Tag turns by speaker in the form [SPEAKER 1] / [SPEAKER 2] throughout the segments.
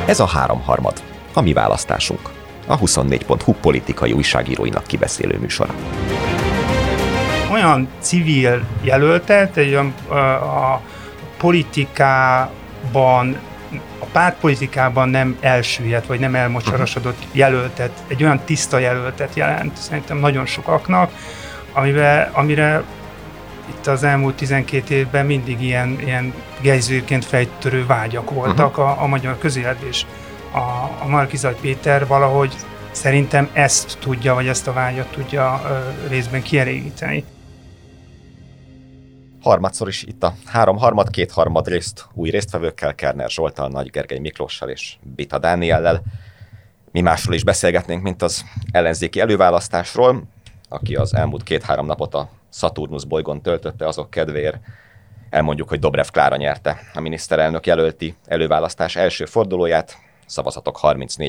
[SPEAKER 1] Ez a háromharmad, a mi választásunk, a 24.hu politikai újságíróinak kibeszélő műsora.
[SPEAKER 2] Olyan civil jelöltet, a politikában, a pártpolitikában nem elsüllyedt, vagy nem elmocsarasodott jelöltet, egy olyan tiszta jelöltet jelent szerintem nagyon sokaknak, amire itt az elmúlt 12 évben mindig ilyen gejzőrként fejtörő vágyak voltak a magyar közéletben, és a Márki-Zay Péter valahogy szerintem ezt tudja, vagy ezt a vágyat tudja részben kielégíteni.
[SPEAKER 1] Harmadszor is itt a háromharmad, kétharmad részt új résztvevőkkel, Kerner Zsolttal, Nagy Gergely Miklóssal és Bita Dániellel. Mi másról is beszélgetnénk, mint az ellenzéki előválasztásról, aki az elmúlt 2-3 napot a Szaturnusz bolygón töltötte, azok kedvéért elmondjuk, hogy Dobrev Klára nyerte a miniszterelnök jelölti előválasztás első fordulóját, szavazatok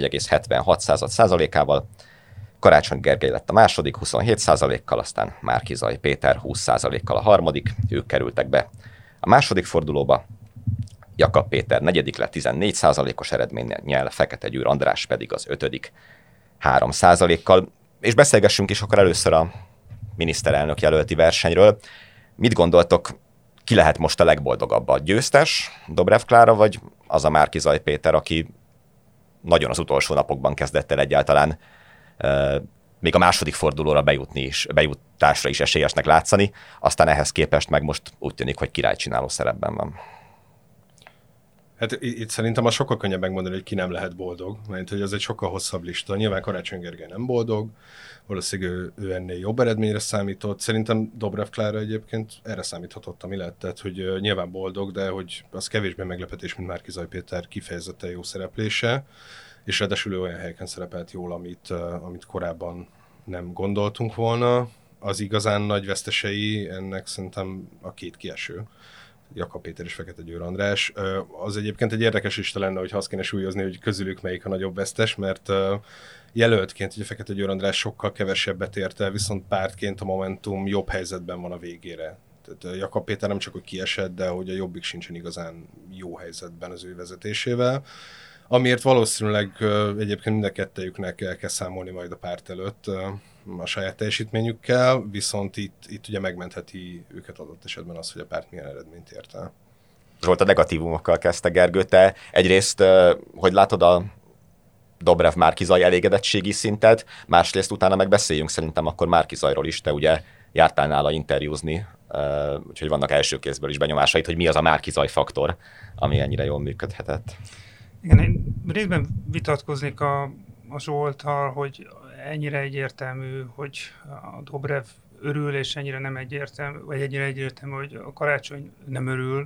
[SPEAKER 1] 34,76%-ával, Karácsony Gergely lett a második 27%-kal, aztán Márki-Zay Péter 20%-kal a harmadik, ők kerültek be a második fordulóba, Jakab Péter negyedik lett 14%-os eredménnyel, Fekete Győr András pedig az ötödik 3%-kal, és beszélgessünk is akkor először a miniszterelnök jelölti versenyről. Mit gondoltok, ki lehet most a legboldogabb, a győztes, Dobrev Klára, vagy az a Márki-Zay Péter, aki nagyon az utolsó napokban kezdett el egyáltalán még a második fordulóra bejutásra is esélyesnek látszani, aztán ehhez képest meg most úgy tűnik, hogy királycsináló szerepben van.
[SPEAKER 3] Hát itt szerintem az sokkal könnyebb megmondani, hogy ki nem lehet boldog, mert hogy ez egy sokkal hosszabb lista. Nyilván Karácsony Gergely nem boldog, valószínűleg ő ennél jobb eredményre számított. Szerintem Dobrev Klára egyébként erre számíthatott, ami lett, tehát hogy nyilván boldog, de hogy az kevésbé meglepetés, mint Márki-Zay Péter kifejezetten jó szereplése, és ráadásul ő olyan helyeken szerepelt jól, amit korábban nem gondoltunk volna. Az igazán nagy vesztesei ennek szerintem a két kieső, Jakab Péter és Fekete Győr András. Az egyébként egy érdekes lista lenne, hogyha azt kéne súlyozni, hogy közülük melyik a nagyobb vesztes, mert jelöltként ugye Fekete Győr András sokkal kevesebbet ért el, viszont pártként a Momentum jobb helyzetben van a végére. Tehát Jakab Péter nem csak hogy kiesett, de hogy a Jobbik sincsen igazán jó helyzetben az ő vezetésével. Amiért valószínűleg egyébként mind a kettejüknek el kell számolni majd a párt előtt a saját teljesítményükkel, viszont itt ugye megmentheti őket adott esetben az, hogy a párt milyen eredményt ért el.
[SPEAKER 1] Zsolt, a negatívumokkal kezdte, Gergő, te egyrészt, hogy látod a Dobrev Márki-Zay elégedettségi szintet, másrészt utána megbeszéljünk szerintem akkor Márki-Zayról is, te ugye jártál nála interjúzni, úgyhogy vannak első kézből is benyomásait, hogy mi az a Márki-Zay faktor, ami ennyire jól működhetett.
[SPEAKER 2] Igen, én részben vitatkoznék a Zsolttal, hogy ennyire egyértelmű, hogy a Dobrev örül, és ennyire nem egyértelmű, vagy ennyire egyértelmű, hogy a Karácsony nem örül.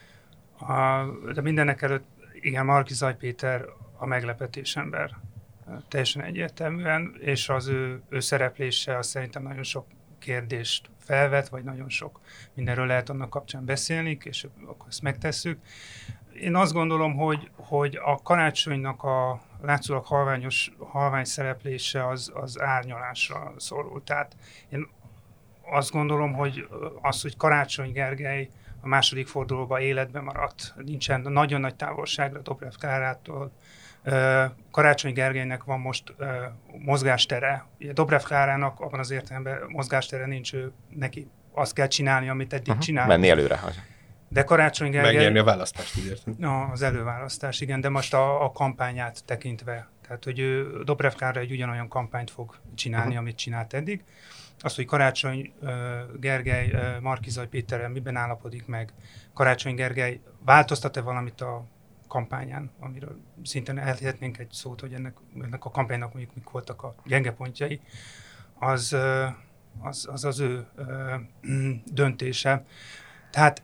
[SPEAKER 2] De mindenek előtt, igen, Márki-Zay Péter a meglepetés ember. Teljesen egyértelműen, és az ő szereplése az szerintem nagyon sok kérdést felvet, vagy nagyon sok mindenről lehet annak kapcsán beszélni, és akkor ezt megtesszük. Én azt gondolom, hogy a Karácsonynak a látszólag halvány szereplése az árnyalásra szorul. Tehát én azt gondolom, hogy Karácsony Gergely a második fordulóban életben maradt, nincsen nagyon nagy távolságra Dobrev Klárától. Karácsony Gergelynek van most mozgástere. Ugye Dobrev Klárának abban az értelemben mozgástere nincs, neki azt kell csinálni, amit eddig csinál.
[SPEAKER 1] Menni előre.
[SPEAKER 2] De Karácsony Gergely...
[SPEAKER 3] Megnyerni a választást, úgy értem.
[SPEAKER 2] Az előválasztás, igen, de most a kampányát tekintve. Tehát, hogy Dobrev Klára egy ugyanolyan kampányt fog csinálni, amit csinált eddig. Az, hogy Karácsony Gergely Márki-Zay Péterrel miben állapodik meg, Karácsony Gergely változtat-e valamit a kampányán, amiről szintén elhihetnénk egy szót, hogy ennek a kampánynak mondjuk mik voltak a gyenge pontjai, az ő döntése. Tehát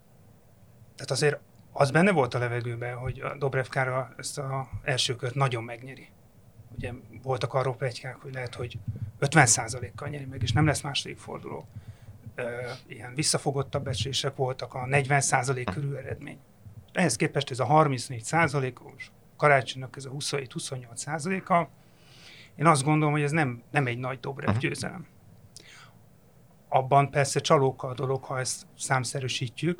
[SPEAKER 2] azért az benne volt a levegőben, hogy a Dobrev Klára ezt az első kört nagyon megnyeri. Ugye voltak arról pletykák, hogy lehet, hogy 50%-kal nyeri meg, és nem lesz második forduló. Ilyen visszafogottabb becslések voltak, a 40% körül eredmény. Ehhez képest ez a 34%-os, Karácsonynak ez a 27-28%-a. Én azt gondolom, hogy ez nem egy nagy Dobrev győzelem. Abban persze csalóka a dolog, ha ezt számszerűsítjük,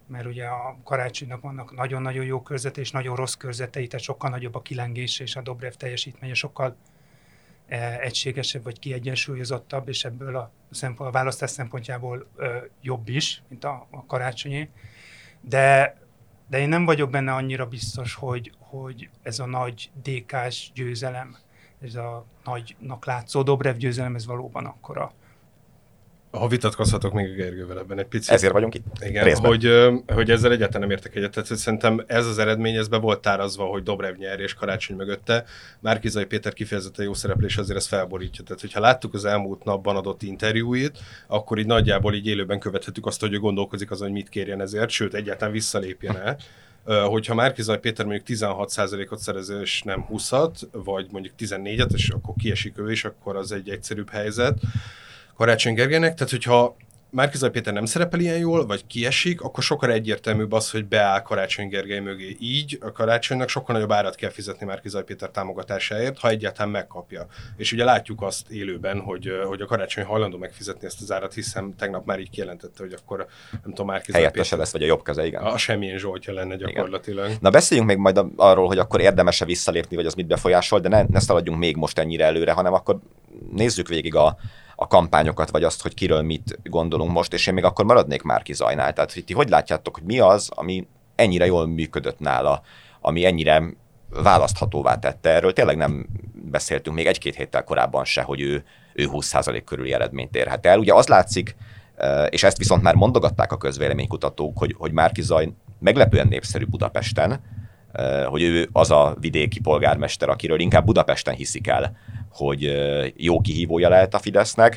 [SPEAKER 2] mert ugye a Karácsonynak vannak nagyon-nagyon jó körzete és nagyon rossz körzetei, tehát sokkal nagyobb a kilengés, és a Dobrev teljesítménye sokkal egységesebb vagy kiegyensúlyozottabb, és ebből a választás szempontjából jobb is, mint a Karácsonyé. De én nem vagyok benne annyira biztos, hogy ez a nagy DK-s győzelem, ez a nagynak látszó Dobrev győzelem, ez valóban akkora.
[SPEAKER 3] Ha vitatkozhatok még a Gergővel ebben egy picit.
[SPEAKER 1] Ezért vagyunk itt.
[SPEAKER 3] Igen, hogy ezzel egyáltalán nem értek egyet. Tehát szerintem ez az eredmény, ez be volt tárazva, hogy Dobrev nyer és Karácsony mögötte. Márki-Zay Péter kifejezetten jó szereplés, azért ezt felborítja. Tehát, hogyha láttuk az elmúlt napban adott interjúit, akkor így nagyjából így élőben követhetjük azt, hogy ő gondolkozik azon, hogy mit kérjen ezért, sőt, egyáltalán visszalépjen el. Hogyha Márki-Zay Péter mondjuk 16%-ot szerez, és nem 20-at, vagy mondjuk 14-et, és akkor kiesik ő is, akkor az egy egyszerűbb helyzet Karácsony Gergelynek. Tehát, hogyha Márki-Zay Péter nem szerepel ilyen jól, vagy kiesik, akkor sokkal egyértelműbb az, hogy beáll Karácsony Gergely mögé. Így a Karácsonynak sokkal nagyobb árat kell fizetni Márki-Zay Péter támogatásáért, ha egyáltalán megkapja. És ugye látjuk azt élőben, hogy a Karácsony hajlandó megfizetni ezt az árat, hiszen tegnap már így kijelentette, hogy akkor nem tudom, Márki-Zay
[SPEAKER 1] helyettese Péter lesz, vagy a jobb keze, igen.
[SPEAKER 3] A semmilyen Zsoltja lenne gyakorlatilag.
[SPEAKER 1] Igen. Na beszéljünk még majd arról, hogy akkor érdemes-e visszalépni, vagy az mit befolyásol, de ne szaladjunk még most ennyire előre, hanem akkor nézzük végig a kampányokat, vagy azt, hogy kiről mit gondolunk most, és én még akkor maradnék Márki-Zaynál. Tehát, hogy ti hogy látjátok, hogy mi az, ami ennyire jól működött nála, ami ennyire választhatóvá tette. Erről tényleg nem beszéltünk még 1-2 héttel korábban se, hogy ő 20% körüli eredményt érhet el. Ugye az látszik, és ezt viszont már mondogatták a közvéleménykutatók, hogy Márki-Zay meglepően népszerű Budapesten, hogy ő az a vidéki polgármester, akiről inkább Budapesten hiszik el, hogy jó kihívója lehet a Fidesznek.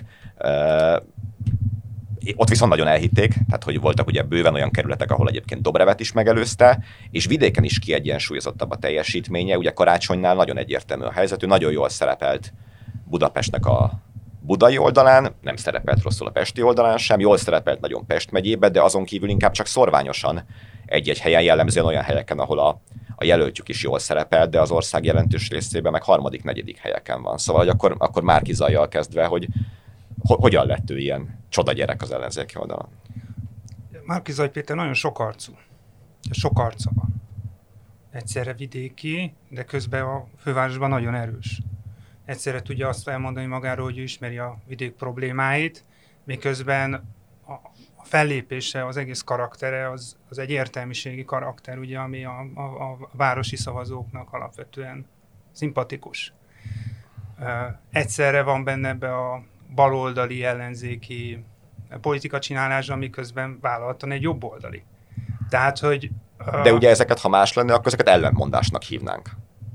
[SPEAKER 1] Ott viszont nagyon elhitték, tehát hogy voltak ugye bőven olyan kerületek, ahol egyébként Dobrevet is megelőzte, és vidéken is kiegyensúlyozottabb a teljesítménye. Ugye Karácsonynál nagyon egyértelmű a helyzet, ő nagyon jól szerepelt Budapestnek a budai oldalán, nem szerepelt rosszul a pesti oldalán sem, jól szerepelt nagyon Pest megyébe, de azon kívül inkább csak szorványosan egy-egy helyen, jellemzően olyan helyeken, ahol a jelöltjük is jól szerepel, de az ország jelentős részében meg 3., 4. helyeken van. Szóval hogy akkor Márki-Zayyal kezdve, hogy hogyan lett ő ilyen csodagyerek az ellenzéki oldalon?
[SPEAKER 2] Márki-Zay Péter nagyon sokarcú. Sok arca van. Egyszerre vidéki, de közben a fővárosban nagyon erős. Egyszerre tudja azt elmondani magáról, hogy ő ismeri a vidék problémáit, miközben a fellépése, az egész karaktere az egy értelmiségi karakter, ugye, ami a városi szavazóknak alapvetően szimpatikus. Egyszerre van benne ebbe a baloldali ellenzéki politika csinálásra, miközben vállaltan egy jobboldali. Tehát, hogy...
[SPEAKER 1] De ugye ezeket, ha más lenne, akkor ezeket ellentmondásnak hívnánk.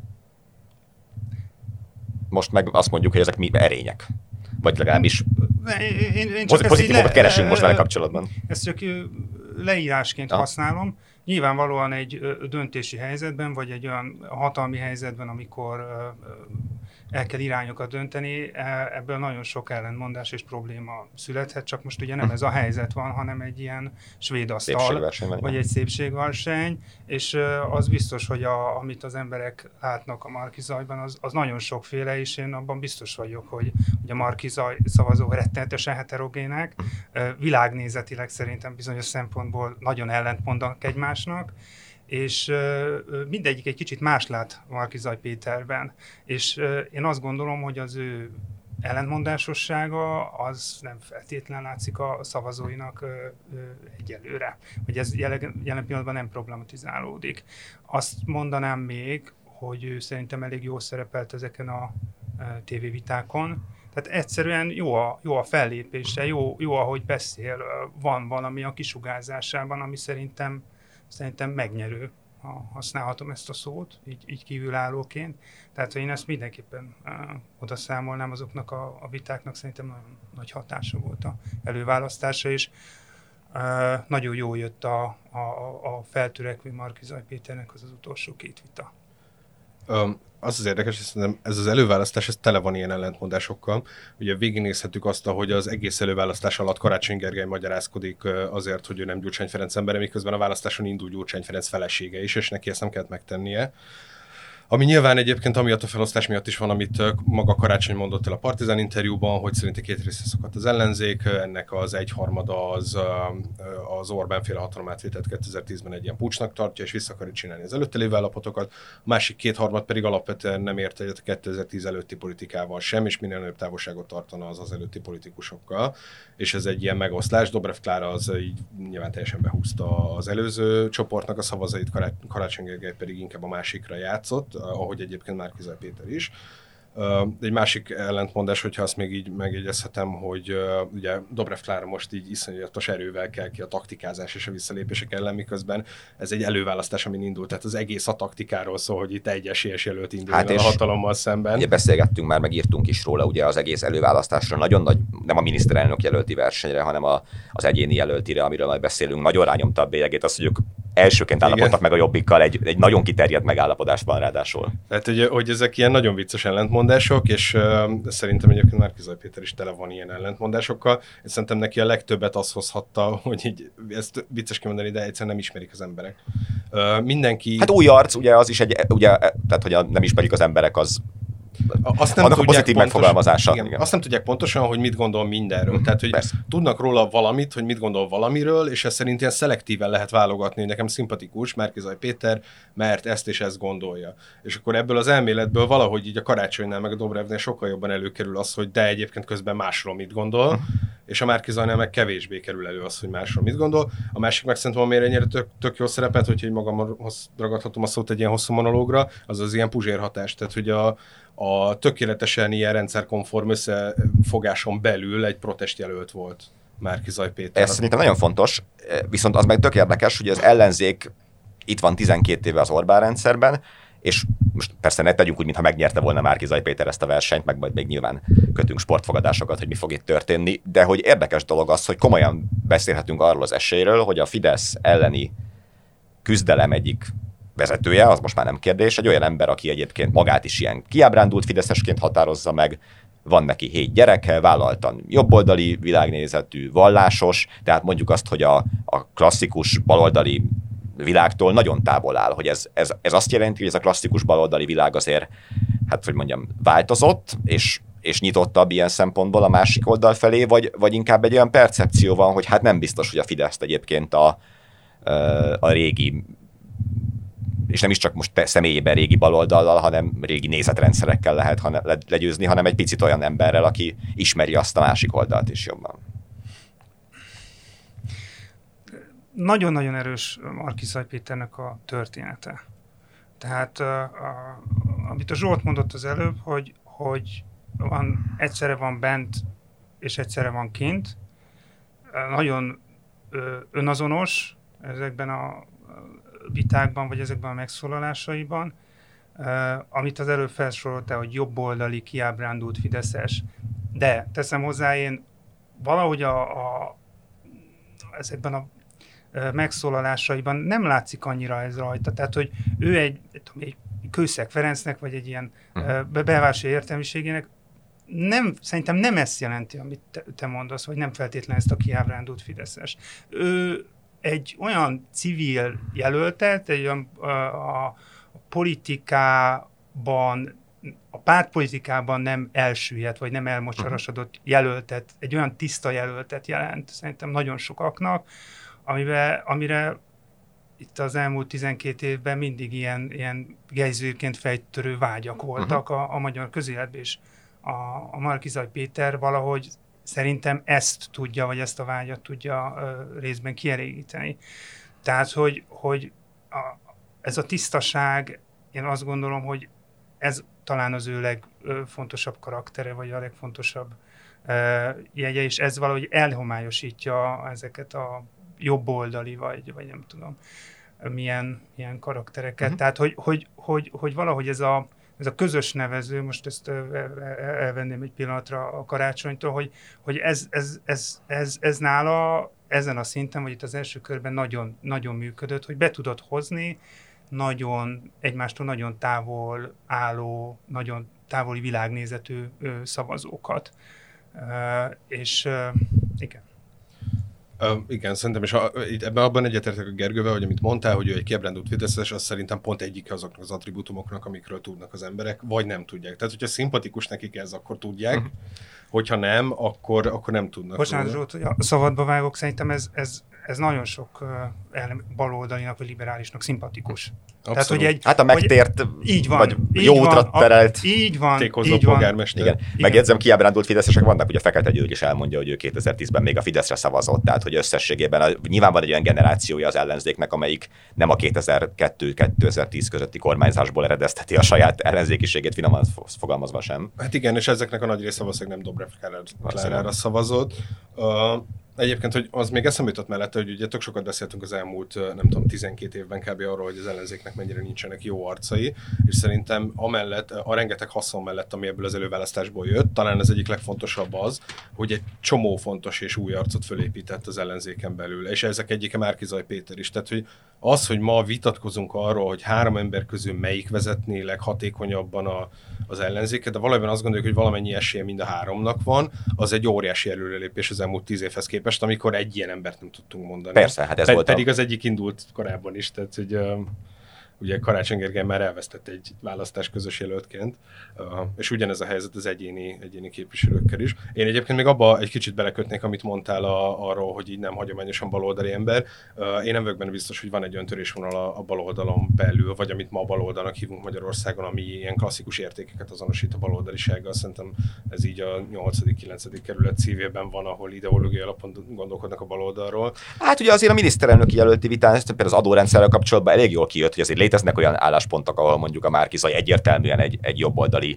[SPEAKER 1] Most meg azt mondjuk, hogy ezek mi erények. Vagy legalábbis pozitívokat keresünk most vele kapcsolatban.
[SPEAKER 2] Ezt csak leírásként használom. Nyilvánvalóan egy döntési helyzetben, vagy egy olyan hatalmi helyzetben, amikor el kell irányokat dönteni, ebből nagyon sok ellentmondás és probléma születhet, csak most ugye nem ez a helyzet van, hanem egy ilyen svéd asztal, vagy egy szépségverseny, és az biztos, hogy amit az emberek látnak a Márki-Zayban, az nagyon sokféle, és én abban biztos vagyok, hogy a Márki-Zay szavazó rettenetesen heterogének, világnézetileg szerintem bizonyos szempontból nagyon ellentmondanak egymásnak, és mindegyik egy kicsit más lát Márki-Zay Péterben. És én azt gondolom, hogy az ő ellentmondásossága az nem feltétlenül látszik a szavazóinak egyelőre. Hogy ez jelen pillanatban nem problematizálódik. Azt mondanám még, hogy ő szerintem elég jól szerepelt ezeken a tévévitákon. Tehát egyszerűen jó a fellépése, jó ahogy beszél, van valami a kisugárzásában, ami szerintem megnyerő, ha használhatom ezt a szót, így kívülállóként. Tehát, hogy én ezt mindenképpen oda számolnám azoknak a vitáknak, szerintem nagyon nagy hatása volt a előválasztása, és nagyon jól jött a feltörekvő Márki-Zay Péternek az utolsó 2 vita.
[SPEAKER 3] Az érdekes, hogy ez az előválasztás, ez tele van ilyen ellentmondásokkal. Ugye végignézhetjük azt, hogy az egész előválasztás alatt Karácsony Gergely magyarázkodik azért, hogy ő nem Gyurcsány Ferenc embere, miközben a választáson indul Gyurcsány Ferenc felesége is, és neki ezt nem kellett megtennie. Ami nyilván egyébként amiatt a felosztás miatt is van, amit maga Karácsony mondott el a Partizán interjúban, hogy szerinte két részre szakadt az ellenzék, ennek az egyharmada az Orbán-féle hatalomátvételt 2010-ben egy ilyen pucsnak tartja, és vissza akarja csinálni az előtte lévő állapotokat, a másik kétharmad pedig alapvetően nem ért egyet a 2010 előtti politikával sem, és minél nagyobb távolságot tartana az előtti politikusokkal, és ez egy ilyen megoszlás. Dobrev Klára az így nyilván teljesen behúzta az előző csoportnak a szavazait, Karácsony Gergely pedig inkább a másikra játszott, ahogy egyébként Márki-Zay Péter is. Egy másik ellentmondás, hogyha azt még így megjegyezhetem, hogy ugye Dobrev Klára most így iszonyatos erővel kell ki a taktikázás és a visszalépések ellen, miközben ez egy előválasztás, amin indult. Tehát az egész a taktikáról szól, hogy itt egy esélyes jelölt indul a hatalommal szemben.
[SPEAKER 1] Ugye beszélgettünk már, meg írtunk is róla, ugye az egész előválasztásra nagyon nagy, nem a miniszterelnök jelölti versenyre, hanem az egyéni jelöltire, amiről majd beszélünk, nagyon rányomta a bélyegét, azt, hogy ők elsőként állapodtak meg a Jobbikkal, egy nagyon kiterjedt megállapodásban ráadásul.
[SPEAKER 3] Tehát, hogy ezek ilyen nagyon vicces ellentmondások, és szerintem egyébként Márki-Zay Péter is tele van ilyen ellentmondásokkal, és szerintem neki a legtöbbet az hozhatta, hogy így, ezt vicces kimondani, de egyszerűen nem ismerik az emberek. Mindenki...
[SPEAKER 1] Hát új arc, ugye az is ugye, tehát hogy nem ismerik az emberek, az
[SPEAKER 3] azt nem tudják
[SPEAKER 1] pozitív megfogalmazása.
[SPEAKER 3] Igen, azt nem tudják pontosan, hogy mit gondol mindenről. Tehát, hogy tudnak róla valamit, hogy mit gondol valamiről, és ez szerint ilyen szelektíven lehet válogatni, hogy nekem szimpatikus Márki-Zay Péter, mert ezt és ezt gondolja. És akkor ebből az elméletből valahogy így a Karácsonynál meg a Dobrevnél sokkal jobban előkerül az, hogy de egyébként közben másról mit gondol, és a Márki-Zaynál meg kevésbé kerül elő az, hogy másról mit gondol. A másik meg szerintem, amire ennyire tök jó szerepet, hogyha így magamhoz ragadhatom a szót egy ilyen hosszú monológra, az ilyen Puzsér hatás. Tehát, hogy a tökéletesen ilyen rendszerkonform összefogáson belül egy protestjelölt volt Márki-Zay Péter.
[SPEAKER 1] Ez szerintem nagyon fontos, viszont az meg tök érdekes, hogy az ellenzék itt van 12 éve az Orbán rendszerben, és most persze ne tegyünk úgy, mintha megnyerte volna Márki-Zay Péter ezt a versenyt, meg majd még nyilván kötünk sportfogadásokat, hogy mi fog itt történni, de hogy érdekes dolog az, hogy komolyan beszélhetünk arról az esélyről, hogy a Fidesz elleni küzdelem egyik vezetője, az most már nem kérdés, egy olyan ember, aki egyébként magát is ilyen kiábrándult fideszesként határozza meg, van neki 7 gyereke, vállaltan jobboldali világnézetű, vallásos, tehát mondjuk azt, hogy a klasszikus baloldali világtól nagyon távol áll, hogy ez azt jelenti, hogy ez a klasszikus baloldali világ azért, hát hogy mondjam, változott, és nyitottabb ilyen szempontból a másik oldal felé, vagy inkább egy olyan percepció van, hogy hát nem biztos, hogy a Fideszt egyébként a régi, és nem is csak most személyében régi baloldallal, hanem régi nézetrendszerekkel lehet legyőzni, hanem egy picit olyan emberrel, aki ismeri azt a másik oldalt is jobban.
[SPEAKER 2] Nagyon-nagyon erős Márki-Zay Péternek a története. Tehát amit a Zsolt mondott az előbb, hogy egyszerre van bent, és egyszerre van kint. Nagyon önazonos ezekben a vitákban, vagy ezekben a megszólalásaiban. Amit az előbb felsoroltál, hogy jobboldali, kiábrándult fideszes. De teszem hozzá, én valahogy ezekben a megszólalásaiban nem látszik annyira ez rajta. Tehát, hogy ő egy Kőszeg Ferencnek, vagy egy ilyen belvárosi értelmiségének szerintem nem ezt jelenti, amit te mondasz, vagy nem feltétlenül ezt a kiábrándult fideszes. Ő egy olyan civil jelöltet, egy olyan a politikában, a pártpolitikában nem elsüllyedt, vagy nem elmocsarasodott jelöltet, egy olyan tiszta jelöltet jelent szerintem nagyon sokaknak, amire itt az elmúlt 12 évben mindig ilyen gejzőrként fejtörő vágyak voltak a magyar közéletben, és a Márki-Zay Péter valahogy szerintem ezt tudja, vagy ezt a vágyat tudja részben kielégíteni. Tehát, hogy ez a tisztaság, én azt gondolom, hogy ez talán az ő legfontosabb karaktere, vagy a legfontosabb jegye, és ez valahogy elhomályosítja ezeket a jobboldali, vagy nem tudom, milyen karaktereket. Tehát, hogy valahogy ez a közös nevező, most ezt elvenném egy pillanatra a Karácsonytól, hogy ez nála ezen a szinten, vagy itt az első körben nagyon, nagyon működött, hogy be tudott hozni egymástól nagyon távol álló, nagyon távoli világnézetű szavazókat. És igen.
[SPEAKER 3] Igen, szerintem, és ebben abban egyetértek a Gergővel, hogy amit mondtál, hogy ő egy kiábrándult fideszes, az szerintem pont egyik azoknak az attribútumoknak, amikről tudnak az emberek, vagy nem tudják. Tehát, hogyha szimpatikus nekik ez, akkor tudják, hogyha nem, akkor nem tudnak.
[SPEAKER 2] Bocsánat, Zsolt, hogy a szabadba vágok, szerintem ez nagyon sok baloldalinak vagy liberálisnak szimpatikus.
[SPEAKER 3] Abszolút.
[SPEAKER 2] Tehát, hogy
[SPEAKER 1] Hát a megtért,
[SPEAKER 2] így van,
[SPEAKER 1] vagy
[SPEAKER 2] így
[SPEAKER 1] jó
[SPEAKER 2] van,
[SPEAKER 1] útra terelt.
[SPEAKER 2] Így van,
[SPEAKER 3] tékozó
[SPEAKER 2] így van.
[SPEAKER 3] polgármester.
[SPEAKER 1] Igen. Megjegyzem, kiábrándult fideszesek vannak, hogy a Fekete György is elmondja, hogy ő 2010-ben még a Fideszre szavazott, tehát hogy összességében nyilván van egy olyan generációja az ellenzéknek, amelyik nem a 2002-2010 közötti kormányzásból eredezteti a saját ellenzékiségét, finoman fogalmazva sem.
[SPEAKER 3] Hát igen, és ezeknek a nagy része valószínűleg nem Dobrev Klárára szavazott. Egyébként, hogy az még eszembe jutott mellette, hogy ugye tök sokat beszéltünk az elmúlt, nem tudom, 12 évben kb. Arról, hogy az ellenzéknek mennyire nincsenek jó arcai, és szerintem amellett, a rengeteg haszon mellett, ami ebből az előválasztásból jött, talán az egyik legfontosabb az, hogy egy csomó fontos és új arcot fölépített az ellenzéken belül, és ezek egyike Márki-Zay Péter is. Tehát, hogy az, hogy ma vitatkozunk arról, hogy 3 ember közül melyik vezetné leghatékonyabban az ellenzéket, de valójában azt gondoljuk, hogy valamennyi esélye mind a 3-nak van, az egy óriási előrelépés az elmúlt 10 évhez képest, amikor egy ilyen embert nem tudtunk mondani.
[SPEAKER 1] Persze, hát ez volt
[SPEAKER 3] pedig az egyik indult korábban is, tehát hogy ugye Karácsony Gergely már elvesztett egy választás közös jelöltként, és ugyanez a helyzet az egyéni képviselőkkel is. Én egyébként még abba egy kicsit belekötnék, amit mondtál arról, hogy így nem hagyományosan baloldali ember. Én nem vagyok benne biztos, hogy van egy olyan törésvonal a baloldalon belül, vagy amit ma a baloldalnak hívunk Magyarországon, ami ilyen klasszikus értékeket azonosít a baloldalisággal. Szerintem ez így a 8.-9. kerület szívében van, ahol ideológiai alapon gondolkodnak a baloldalról.
[SPEAKER 1] Hát ugye azért a miniszterelnöki jelölti vitán, például az adórendszerrel kapcsolatban elég jól kijött, hogy azért léteznek olyan álláspontok, ahol mondjuk a Márki-Zay egyértelműen egy jobboldali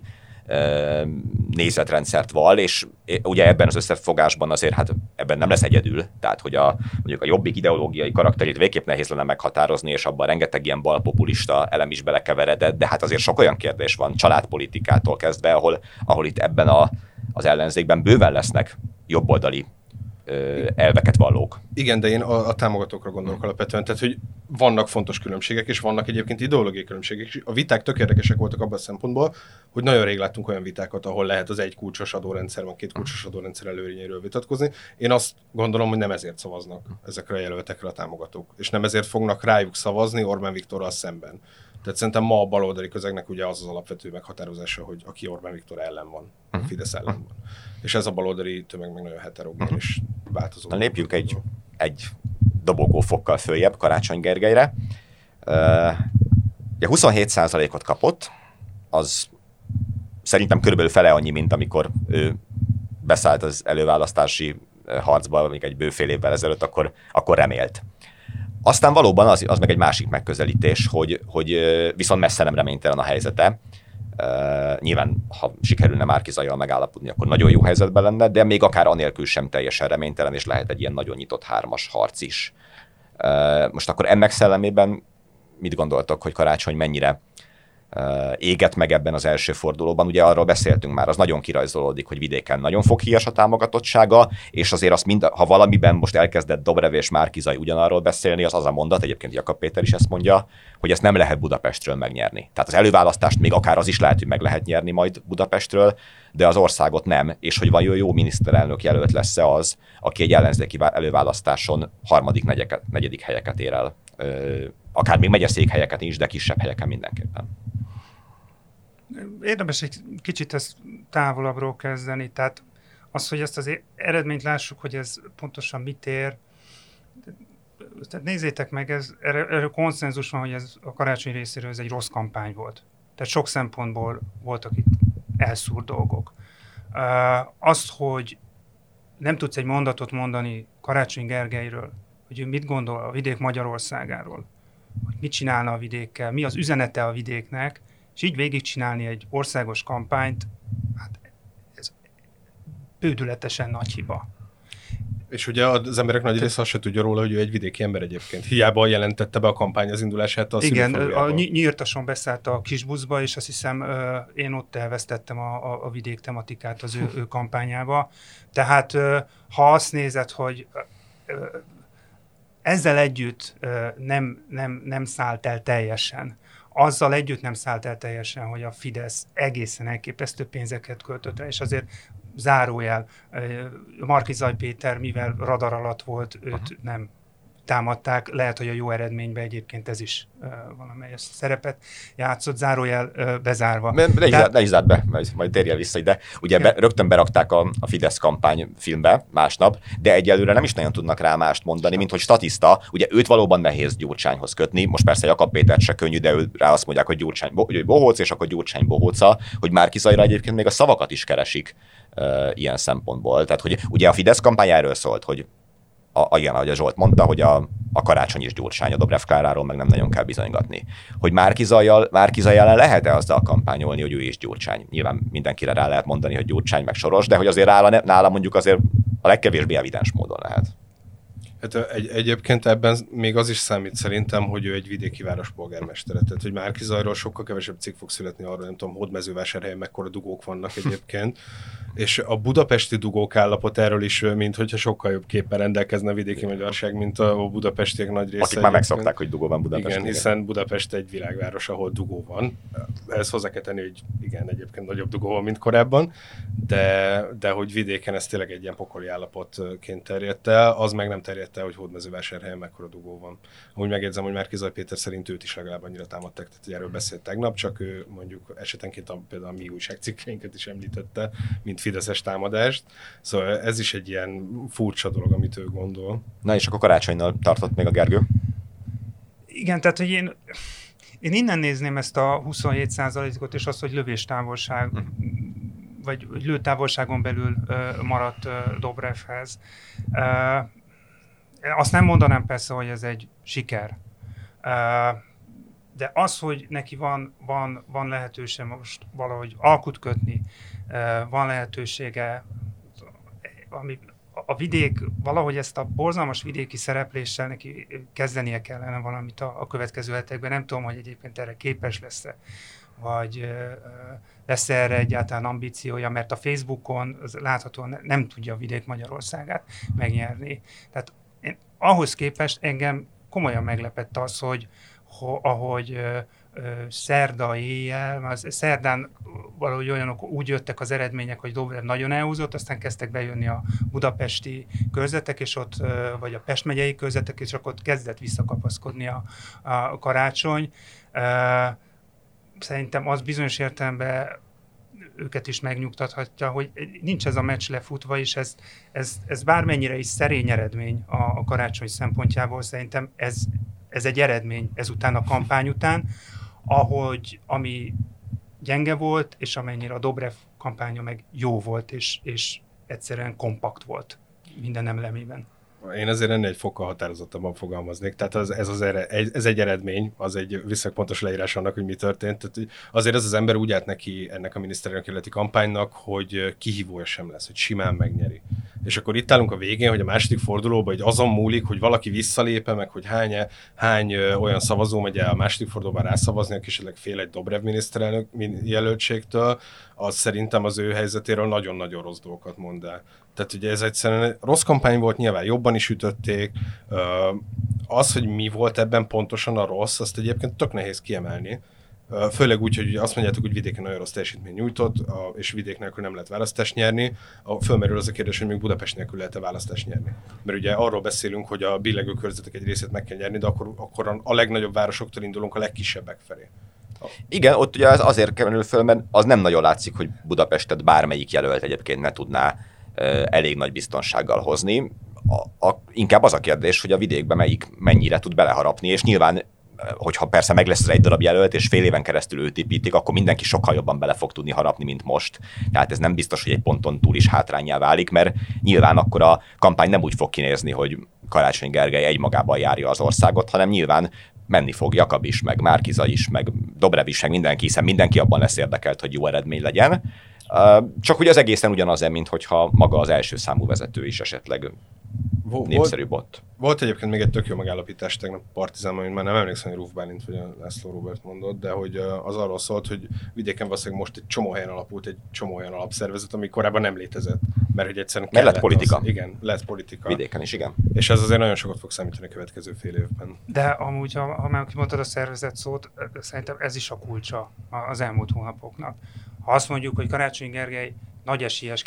[SPEAKER 1] nézetrendszert val, és ugye ebben az összefogásban azért hát ebben nem lesz egyedül, tehát hogy mondjuk a Jobbik ideológiai karakterét végképp nehéz lenne meghatározni, és abban rengeteg ilyen balpopulista elem is belekeveredett, de hát azért sok olyan kérdés van, családpolitikától kezdve, ahol itt ebben az ellenzékben bőven lesznek jobboldali elveket vallók.
[SPEAKER 3] Igen, de én a támogatókra gondolok alapvetően, tehát hogy vannak fontos különbségek, és vannak egyébként ideológiai különbségek is. A viták tök érdekesek voltak abban a szempontból, hogy nagyon rég láttunk olyan vitákat, ahol lehet az egy kulcsos adórendszer, vagy 2 kulcsos adórendszer előnyéről vitatkozni. Én azt gondolom, hogy nem ezért szavaznak ezekre a jelöltekre a támogatók, és nem ezért fognak rájuk szavazni Orbán Viktorral szemben. Tehát szerintem ma a baloldali közegnek ugye az alapvető meghatározása, hogy aki Orbán Viktor ellen van, Fidesz ellen van. És ez a baloldali tömeg meg nagyon heterogén és változó.
[SPEAKER 1] Na lépjünk egy dobogófokkal följebb Karácsony Gergelyre. Ugye 27%-ot kapott, az szerintem körülbelül fele annyi, mint amikor ő beszállt az előválasztási harcba, még egy bőfél évvel ezelőtt, akkor remélt. Aztán valóban az meg egy másik megközelítés, hogy viszont messze nem reménytelen a helyzete. Nyilván, ha sikerülne Márki-Zayyal megállapodni, akkor nagyon jó helyzetben lenne, de még akár anélkül sem teljesen reménytelen, és lehet egy ilyen nagyon nyitott 3-as harc is. Most akkor ennek szellemében mit gondoltok, hogy Karácsony mennyire éget meg ebben az első fordulóban? Ugye arról beszéltünk már, az nagyon kirajzolódik, hogy vidéken nagyon foghíjas a támogatottsága, és azért azt ha valamiben most elkezdett Dobrev és Márki-Zay ugyanarról beszélni, az a mondat, egyébként Jakab Péter is ezt mondja, hogy ezt nem lehet Budapestről megnyerni. Tehát az előválasztást még akár az is lehet, hogy meg lehet nyerni majd Budapestről, de az országot nem, és hogy vajon jó miniszterelnök jelölt lesz-e az, aki egy ellenzéki előválasztáson 3., 4. helyeket ér el. Akár még megyeszékhelyeket is, de kisebb helyeken mindenképpen.
[SPEAKER 2] Érdemes egy kicsit ezt távolabbról kezdeni, tehát az, hogy ezt az eredményt lássuk, hogy ez pontosan mit ér. Tehát nézzétek meg, erről konszenzus van, hogy ez a Karácsony részéről ez egy rossz kampány volt. Tehát sok szempontból voltak itt elszúrt dolgok. Azt, hogy nem tudsz egy mondatot mondani Karácsony Gergelyről, hogy ő mit gondol a vidék Magyarországáról, hogy mit csinálna a vidékkel, mi az üzenete a vidéknek, és így végigcsinálni egy országos kampányt, hát ez bődületesen nagy hiba.
[SPEAKER 3] És ugye az emberek nagy része azt se tudja róla, hogy ő egy vidéki ember egyébként. Hiába jelentette be a kampány az indulását a
[SPEAKER 2] szülőfalujába. Igen, a Nyírtason beszállt a kisbuszba, és azt hiszem én ott elvesztettem a vidék tematikát az ő kampányába. Tehát ha azt nézed, hogy ezzel együtt nem szállt el teljesen, azzal együtt nem szállt el teljesen, hogy a Fidesz egészen elképesztő pénzeket költött rá, és azért zárójel, Markizaj Péter, mivel radar alatt volt, őt nem támadták, lehet, hogy a jó eredményben egyébként ez is valamelyes szerepet játszott, zárójel bezárva.
[SPEAKER 1] Ne is zárd be, majd térjél vissza ide. Ugye rögtön berakták a Fidesz kampány filmbe másnap, de egyelőre nem is nagyon tudnak rá mást mondani, mint hogy statiszta, ugye őt valóban nehéz Gyurcsányhoz kötni, most persze Jakab Pétert se könnyű, de rá azt mondják, hogy Gyurcsány bohóc, és akkor Gyurcsány bohóca, hogy Márki-Zajra egyébként még a szavakat is keresik ilyen szempontból. Tehát, hogy ugye a Fidesz kampány erről szólt, hogy igen, ahogy a Zsolt mondta, hogy a Karácsony is Gyurcsány, a Dobrev Kláráról meg nem nagyon kell bizonygatni. Hogy Márki-Zaj ellen lehet-e azzal kampányolni, hogy ő is Gyurcsány? Nyilván mindenkire rá lehet mondani, hogy Gyurcsány meg Soros, de hogy azért nála mondjuk azért a legkevésbé evidens módon lehet.
[SPEAKER 3] Hát egyébként ebben még az is számít szerintem, hogy ő egy vidéki város polgármestere. Tehát, hogy Márki-Zajról sokkal kevesebb cikk fog születni arról, nem tudom, Hódmezővásárhelyen mekkora dugók vannak egyébként. És a budapesti dugók állapot erről is, mint hogyha sokkal jobb képpen rendelkezne a vidéki magyarság, mint a budapestiek nagy része.
[SPEAKER 1] Akik már megszokták, hogy dugó van Budapesten.
[SPEAKER 3] Igen, hiszen Budapest egy világváros, ahol dugó van. Ezt hozzá kell tenni, hogy igen, egyébként nagyobb dugó van, mint korábban, de hogy vidéken ez tényleg egy ilyen pokoli állapotként terjedt el, az meg nem terjedt el, hogy Hódmezővásárhelyen mekkora dugó van. Úgy megjegyzem, hogy Márki-Zaj Péter szerint őt is legalább annyira támadták, tehát erről beszélt tegnap, csak ő mondjuk esetenként például a mi újságcikkeinket is említette, mint fideszes támadást. Szóval ez is egy ilyen furcsa dolog, amit ő gondol.
[SPEAKER 1] Na és akkor Karácsonynal tartott még a Gergő?
[SPEAKER 2] Igen, tehát hogy én innen nézném ezt a 27%-ot, és azt, hogy lövéstávolság, vagy lőtávolságon belül maradt Dobrevhez. Azt nem mondanám persze, hogy ez egy siker. De az, hogy neki van lehetősége most valahogy alkut kötni, van lehetősége, ami a vidék, valahogy ezt a borzalmas vidéki szerepléssel neki kezdenie kellene valamit a következő hetekben. Nem tudom, hogy egyébként erre képes lesz-e, vagy lesz erre egyáltalán ambíciója, mert a Facebookon láthatóan nem tudja a vidék Magyarországát megnyerni. Tehát ahhoz képest engem komolyan meglepett az, hogy ahogy szerda éjjel, az szerdán valahogy olyanok úgy jöttek az eredmények, hogy Dobrev nagyon elhúzott, aztán kezdtek bejönni a budapesti körzetek, és ott, vagy a Pest megyei körzetek, és akkor ott kezdett visszakapaszkodni a Karácsony. Szerintem az bizonyos értelemben őket is megnyugtathatja, hogy nincs ez a meccs lefutva, és ez bármennyire is szerény eredmény a Karácsony szempontjából, szerintem ez egy eredmény ezután a kampány után, ami gyenge volt, és amennyire a Dobrev kampánya meg jó volt, és egyszerűen kompakt volt minden emlemében.
[SPEAKER 3] Én azért ennél egy fokkal határozottabban fogalmaznék. Tehát ez egy eredmény, az egy viszonylag pontos leírás annak, hogy mi történt. Tehát azért ez az ember úgy állt neki ennek a miniszterelnöki kampánynak, hogy kihívója sem lesz, hogy simán megnyeri. És akkor itt állunk a végén, hogy a második fordulóban hogy azon múlik, hogy valaki visszalépe, meg hogy hány olyan szavazó megy el a második fordulóban rászavazni, aki esetleg fél egy Dobrev miniszterelnök jelöltségtől, az szerintem az ő helyzetéről nagyon-nagyon rossz dolgokat mond el. Tehát ugye ez egyszerűen rossz kampány volt, nyilván jobban is ütötték. Az, hogy mi volt ebben pontosan a rossz, azt egyébként tök nehéz kiemelni. Főleg úgy, hogy azt mondjátok, hogy vidéken nagyon rossz teljesítmény nyújtott, és vidék nélkül nem lehet választást nyerni. Fölmerül az a kérdés, hogy még Budapest nélkül lehet-e választást nyerni. Mert ugye arról beszélünk, hogy a billegő körzetek egy részét meg kell nyerni, de akkor a legnagyobb városoktól indulunk a legkisebbek felé.
[SPEAKER 1] Igen, ott ugye azért kerül föl, mert az nem nagyon látszik, hogy Budapestet bármelyik jelölt egyébként ne tudná elég nagy biztonsággal hozni. Inkább az a kérdés, hogy a vidékben mennyire tud beleharapni, és nyilván, hogyha persze meg lesz az egy darab jelölt, és fél éven keresztül őt építik, akkor mindenki sokkal jobban bele fog tudni harapni, mint most. Tehát ez nem biztos, hogy egy ponton túl is hátránnyá válik, mert nyilván akkor a kampány nem úgy fog kinézni, hogy Karácsony Gergely egymagában járja az országot, hanem nyilván menni fog Jakab is, meg Márki-Zaj is, meg Dobrev is, meg mindenki, hiszen mindenki abban lesz érdekelt, hogy jó eredmény legyen. Csak hogy az egészen ugyanaz, mint hogyha maga az első számú vezető is esetleg népszerűbb ott.
[SPEAKER 3] Volt egyébként még egy tök jó megállapítás tegnap Partizánban, amit már nem emlékszem, hogy Ruf Bálint vagy a László Róbert mondott, de hogy az arról szólt, hogy vidéken valószínűleg most egy csomó helyen alapult egy csomó olyan alapszervezet, ami korábban nem létezett. Mert hogy egyszerűen
[SPEAKER 1] lett politika.
[SPEAKER 3] Igen, lett politika.
[SPEAKER 1] Vidéken is, igen.
[SPEAKER 3] És ez azért nagyon sokat fog számítani a következő fél évben.
[SPEAKER 2] De amúgy, ha már kimondtad a szervezet szót, szerintem ez is a kulcsa az elmúlt hónapoknak. Ha azt mondjuk, hogy Karácsony Gergely nagy esélyesként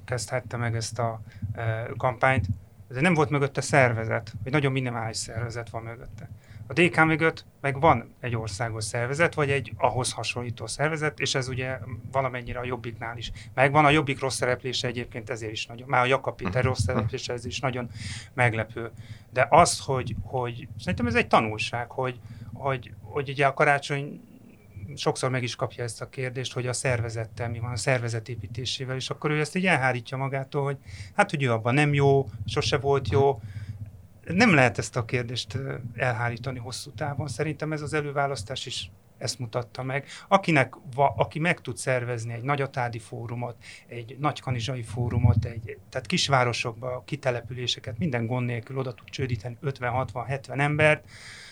[SPEAKER 2] kezdhette meg ezt a kampányt, de nem volt mögötte szervezet, vagy nagyon minimális szervezet van mögötte. A DK mögött meg van egy országos szervezet, vagy egy ahhoz hasonlító szervezet, és ez ugye valamennyire a Jobbiknál is. Megvan a Jobbik rossz szereplése egyébként ezért is nagyon, már a Jakab Péter rossz szereplése ez is nagyon meglepő. De az, hogy szerintem ez egy tanulság, hogy ugye a Karácsony sokszor meg is kapja ezt a kérdést, hogy a szervezettel mi van, a szervezetépítésével, és akkor ő ezt így elhárítja magától, hogy hát, hogy ő abban nem jó, sose volt jó. Nem lehet ezt a kérdést elhárítani hosszú távon. Szerintem ez az előválasztás is ezt mutatta meg. Aki meg tud szervezni egy nagyatádi fórumot, egy nagykanizsai fórumot, tehát kisvárosokba kitelepüléseket, minden gond nélkül oda tud csődíteni 50-60-70 embert,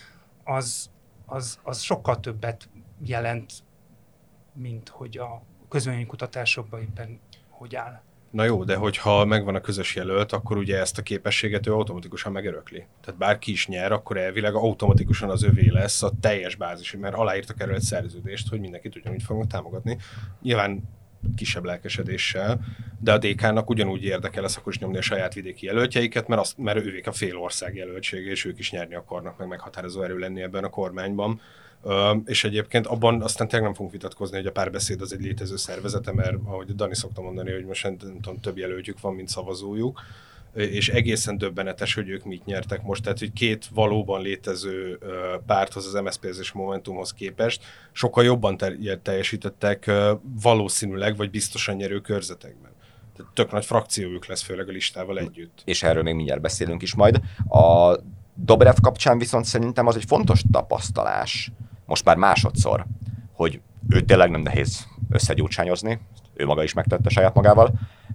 [SPEAKER 2] az sokkal többet jelent, mint hogy a közvéleménykutatásokban éppen hogy áll.
[SPEAKER 3] Na jó, de hogyha megvan a közös jelölt, akkor ugye ezt a képességet ő automatikusan megörökli. Tehát bárki is nyer, akkor elvileg automatikusan az övé lesz a teljes bázis, mert aláírtak erről egy szerződést, hogy mindenkit ugyanúgy fognak támogatni. Nyilván kisebb lelkesedéssel, de a DK-nak ugyanúgy érdekel szakos nyomni a saját vidéki jelöltjeiket, mert ővék a fél ország jelöltsége, és ők is nyerni akarnak, meg meghatározó erő lenni ebben a kormányban. És egyébként abban aztán tényleg nem fogunk vitatkozni, hogy a Párbeszéd az egy létező szervezete, mert ahogy Dani szokta mondani, hogy most nem tudom, több jelöltjük van, mint szavazójuk, és egészen döbbenetes, hogy ők mit nyertek most, tehát hogy két valóban létező párthoz, az MSZP-hez és Momentumhoz képest sokkal jobban teljesítettek valószínűleg, vagy biztosan nyerő körzetekben. Tehát tök nagy frakciójuk lesz, főleg a listával együtt.
[SPEAKER 1] És erről még mindjárt beszélünk is majd. A Dobrev kapcsán viszont szerintem az egy fontos tapasztalás, most már másodszor, hogy őt tényleg nem nehéz összegyúcsányozni, ő maga is megtette saját magával,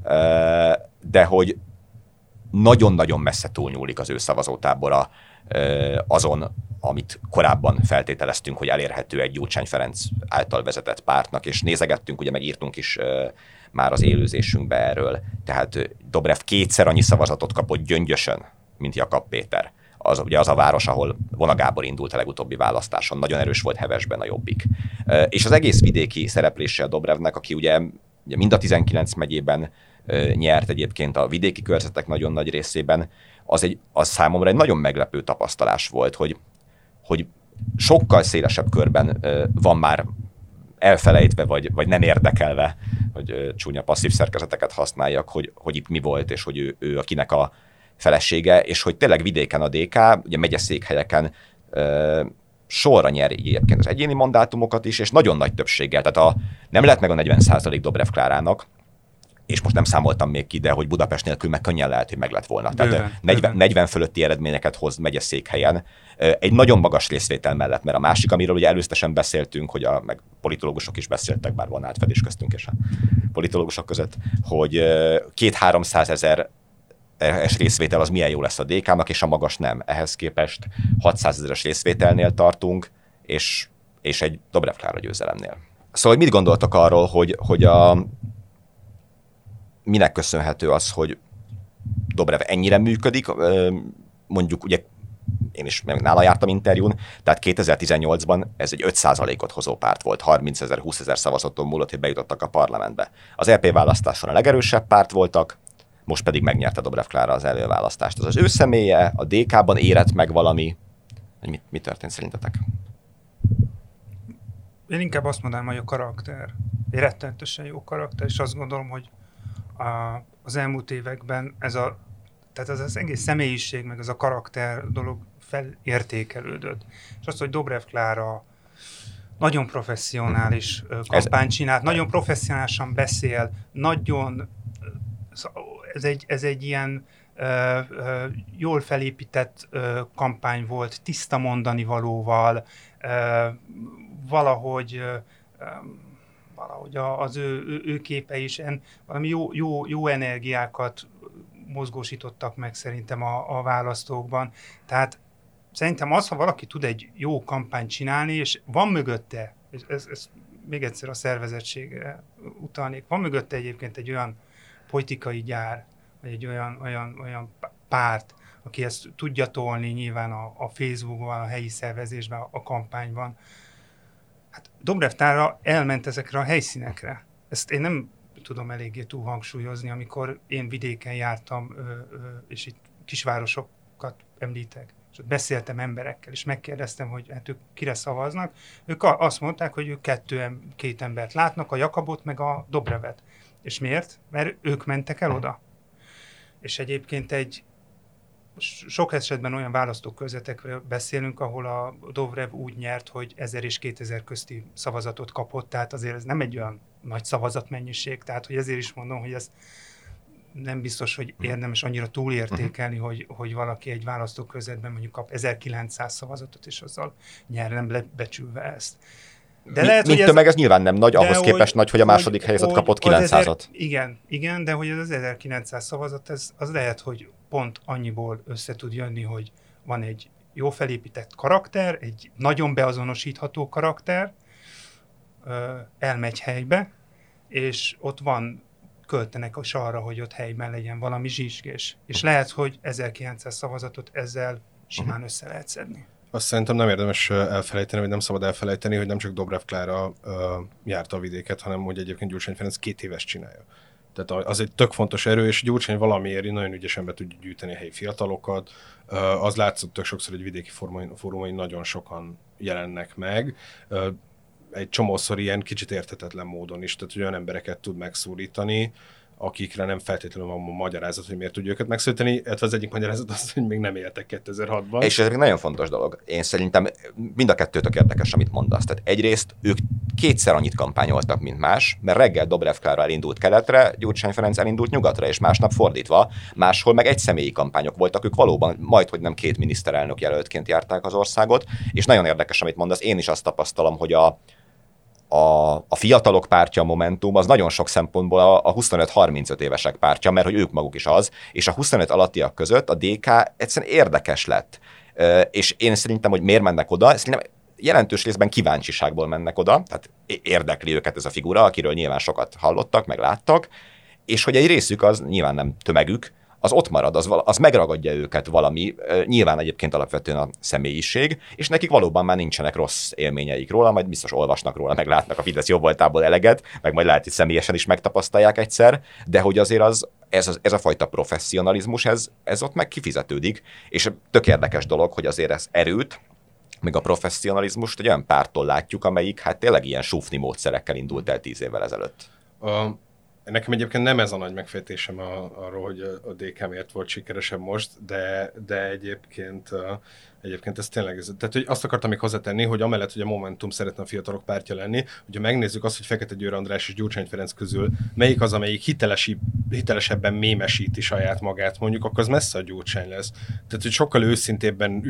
[SPEAKER 1] de hogy nagyon-nagyon messze túlnyúlik az ő szavazótábora azon, amit korábban feltételeztünk, hogy elérhető egy Gyurcsány Ferenc által vezetett pártnak, és nézegettünk, ugye megírtunk is már az élőzésünkbe erről. Tehát Dobrev kétszer annyi szavazatot kapott Gyöngyösön, mint Jakab Péter. Ugye az a város, ahol Vona Gábor indult a legutóbbi választáson, nagyon erős volt Hevesben a Jobbik. És az egész vidéki szereplése a Dobrevnek, aki ugye mind a 19 megyében nyert egyébként a vidéki körzetek nagyon nagy részében, az számomra egy nagyon meglepő tapasztalás volt, hogy sokkal szélesebb körben van már elfelejtve, vagy nem érdekelve, hogy csúnya passzív szerkezeteket használjak, hogy itt mi volt, és hogy ő akinek a felesége, és hogy tényleg vidéken a DK, ugye megyeszékhelyeken sorra nyer egyébként az egyéni mandátumokat is, és nagyon nagy többséggel, tehát nem lett meg a 40% Dobrev Klárának, és most nem számoltam még ki, de hogy Budapest nélkül meg könnyen lehet, hogy meg lett volna. Tehát 40 fölötti eredményeket hoz megyeszékhelyen. Egy nagyon magas részvétel mellett, mert a másik, amiről ugye előzetesen beszéltünk, hogy meg politológusok is beszéltek, bár van átfedés köztünk és a politológusok között, hogy 200-300 ezer részvétel az milyen jó lesz a DK-nak, és a magas nem. Ehhez képest 600 ezeres részvételnél tartunk, és egy Dobrev Klára győzelemnél. Szóval mit gondoltok arról, hogy minek köszönhető az, hogy Dobrev ennyire működik? Mondjuk ugye én is nála jártam interjún, tehát 2018-ban ez egy 5%-ot hozó párt volt, 30 000, 20 000 szavazaton múlott, hogy bejutottak a parlamentbe. Az EP választáson a legerősebb párt voltak, most pedig megnyerte Dobrev Klára az előválasztást. Az ő személye, a DK-ban érett meg valami, hogy mi történt szerintetek?
[SPEAKER 2] Én inkább azt mondanám, hogy a karakter. Egy rettenetesen jó karakter, és azt gondolom, hogy az elmúlt években tehát az egész személyiség, meg az a karakter dolog felértékelődött. És azt, hogy Dobrev Klára nagyon professzionális kampányt csinált, nagyon professzionálisan beszél, nagyon, ez egy ilyen jól felépített kampány volt, tiszta mondani valóval, valahogy az ő képe is valami jó energiákat mozgósítottak meg szerintem a választókban. Tehát szerintem az, ha valaki tud egy jó kampányt csinálni, és van mögötte, és ez még egyszer a szervezettségre utalnék, van mögötte egyébként egy olyan politikai gyár, vagy egy olyan párt, aki ezt tudja tolni nyilván a Facebookon, a helyi szervezésben, a kampányban. Hát Dobrev Klára elment ezekre a helyszínekre. Ezt én nem tudom eléggé túl hangsúlyozni, amikor én vidéken jártam, és itt kisvárosokat említek, és ott beszéltem emberekkel, és megkérdeztem, hogy hát ők kire szavaznak. Ők azt mondták, hogy ők két embert látnak, a Jakabot meg a Dobrevet. És miért? Mert ők mentek el oda. És egyébként sok esetben olyan választókörzetekről beszélünk, ahol a Dobrev úgy nyert, hogy 1000 és 2000 közti szavazatot kapott, tehát azért ez nem egy olyan nagy szavazatmennyiség, tehát hogy ezért is mondom, hogy ez nem biztos, hogy érdemes annyira túlértékelni, hogy valaki egy választókörzetben mondjuk kap 1900 szavazatot, és azzal nyer, nem becsülve ezt.
[SPEAKER 1] De lehet, mint tömeg ez nyilván nem nagy, ahhoz képest nagy, hogy a második helyzet kapott 900-at.
[SPEAKER 2] Igen, de hogy az 1900 szavazat, az lehet, hogy pont annyiból össze tud jönni, hogy van egy jó felépített karakter, egy nagyon beazonosítható karakter, elmegy helybe, és ott költenek arra, hogy ott helyben legyen valami zsizsgés. És lehet, hogy 1900 szavazatot ezzel simán össze lehet szedni.
[SPEAKER 3] Azt szerintem nem érdemes elfelejteni, vagy nem szabad elfelejteni, hogy nem csak Dobrev Klára járta a vidéket, hanem hogy egyébként Gyurcsány Ferenc 2 éves csinálja. Tehát az egy tök fontos erő, és Gyurcsány valamiért nagyon ügyesen be tudja gyűjteni a helyi fiatalokat. Az látszott tök sokszor, hogy vidéki fórumain nagyon sokan jelennek meg. Egy csomószor ilyen kicsit érthetetlen módon is, tehát olyan embereket tud megszólítani, akikre nem feltétlenül van magyarázat, hogy miért tudja őket megszólítani, illetve az egyik magyarázat az, hogy még nem éltek 2006-ban.
[SPEAKER 1] És ez egy nagyon fontos dolog. Én szerintem mind a kettőtök érdekes, amit mondasz. Tehát egyrészt ők 2-szer annyit kampányoltak, mint más, mert reggel Dobrev Klára elindult keletre, Gyurcsány Ferenc elindult nyugatra, és másnap fordítva. Máshol meg egyszemélyi kampányok voltak, ők valóban majdhogy nem 2 miniszterelnök jelöltként járták az országot, és nagyon érdekes, amit mondasz. Én is azt tapasztalom, hogy a fiatalok pártja, a Momentum, az nagyon sok szempontból a 25-35 évesek pártja, mert hogy ők maguk is az, és a 25 alattiak között a DK egyszerűen érdekes lett. És én szerintem, hogy miért mennek oda, szerintem jelentős részben kíváncsiságból mennek oda, tehát érdekli őket ez a figura, akiről nyilván sokat hallottak, meg láttak, és hogy egy részük az nyilván nem tömegük, az ott marad, az megragadja őket valami, nyilván egyébként alapvetően a személyiség, és nekik valóban már nincsenek rossz élményeik róla, majd biztos olvasnak róla, meg látnak a Fidesz jobboltából eleget, meg majd lehet, hogy személyesen is megtapasztalják egyszer, de hogy azért ez a fajta professzionalizmus, ez ott meg kifizetődik, és tök érdekes dolog, hogy azért ez erőt, meg a professzionalizmust egy olyan párttól látjuk, amelyik hát tényleg ilyen sufni módszerekkel indult el 10 évvel ezelőtt.
[SPEAKER 3] Nekem egyébként nem ez a nagy megfejtésem arról, hogy a DK miért volt sikeresebb most, de egyébként ez tényleg... Tehát, hogy azt akartam még hozzátenni, hogy amellett, hogy a Momentum szeretne a fiatalok pártja lenni, hogyha megnézzük azt, hogy Fekete Győr András és Gyurcsány Ferenc közül melyik az, amelyik hitelesebben mémesíti saját magát, mondjuk, akkor az messze a Gyurcsány lesz. Tehát, hogy sokkal őszintébben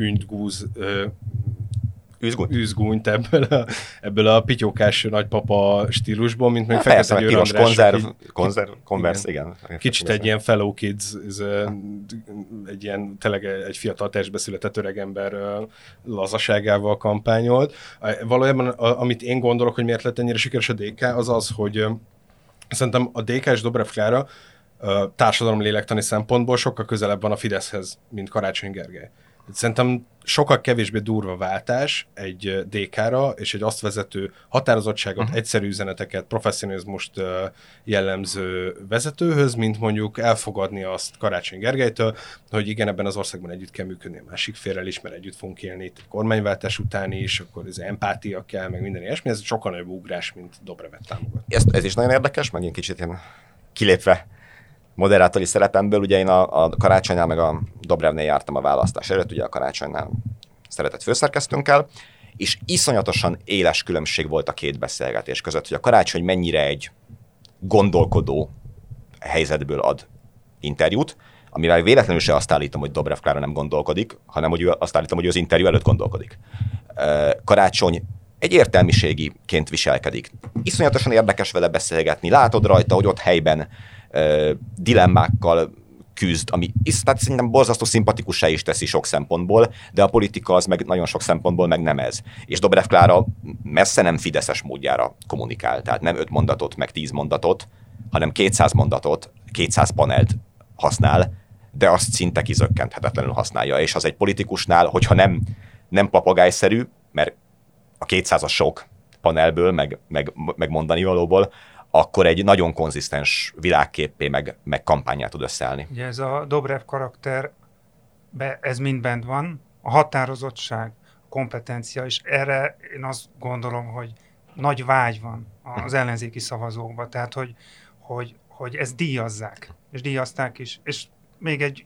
[SPEAKER 3] üzgúnyt ebből a pityókás nagypapa stílusból, mint meg Fekete Győr András.
[SPEAKER 1] Konversz, igen.
[SPEAKER 3] Kicsit egy ilyen fellow kids, egy ilyen tényleg egy fiatal testbe született öregember lazaságával kampányolt. Valójában, amit én gondolok, hogy miért lett ennyire sikeres a DK, az az, hogy szerintem a DK és Dobrev Klára társadalom lélektani szempontból sokkal közelebb van a Fideszhez, mint Karácsony Gergely. Szerintem sokkal kevésbé durva váltás egy DK-ra és egy azt vezető határozottságot, egyszerű üzeneteket, professzionalizmust jellemző vezetőhöz, mint mondjuk elfogadni azt Karácsony Gergelytől, hogy igen, ebben az országban együtt kell működni a másik félrel is, mert együtt fogunk élni itt kormányváltás után is, akkor ez empátia kell, meg minden ilyesmi, ez sokkal nagyobb ugrás, mint Dobrevet támogat.
[SPEAKER 1] Ez is nagyon érdekes, megint kicsit ilyen kilépve moderátori szerepemből, ugye én a Karácsonynál meg a Dobrevnél jártam a választás előtt, ugye a Karácsonynál szeretett főszerkesztőnkkel, és iszonyatosan éles különbség volt a 2 beszélgetés között, hogy a Karácsony mennyire egy gondolkodó helyzetből ad interjút, amivel véletlenül se azt állítom, hogy Dobrev Klára nem gondolkodik, hanem hogy azt állítom, hogy az interjú előtt gondolkodik. Karácsony egy értelmiségiként viselkedik. Iszonyatosan érdekes vele beszélgetni, látod rajta, hogy ott helyben dilemmákkal küzd, ami tehát szerintem borzasztó szimpatikussá is teszi sok szempontból, de a politika az meg nagyon sok szempontból meg nem ez. És Dobrev Klára messze nem fideszes módjára kommunikál, tehát nem 5 mondatot, meg 10 mondatot, hanem 200 mondatot, 200 panelt használ, de azt szinte kizökkenthetetlenül használja, és az egy politikusnál, hogyha nem papagájszerű, mert a 200 a sok panelből, meg mondani valóból, akkor egy nagyon konzisztens világképpé meg kampányát tud összeállni.
[SPEAKER 2] Ugye ez a Dobrev karakter, ez mind bent van, a határozottság, a kompetencia, és erre én azt gondolom, hogy nagy vágy van az ellenzéki szavazókban, tehát hogy ezt díjazzák, és díjazták is. És még egy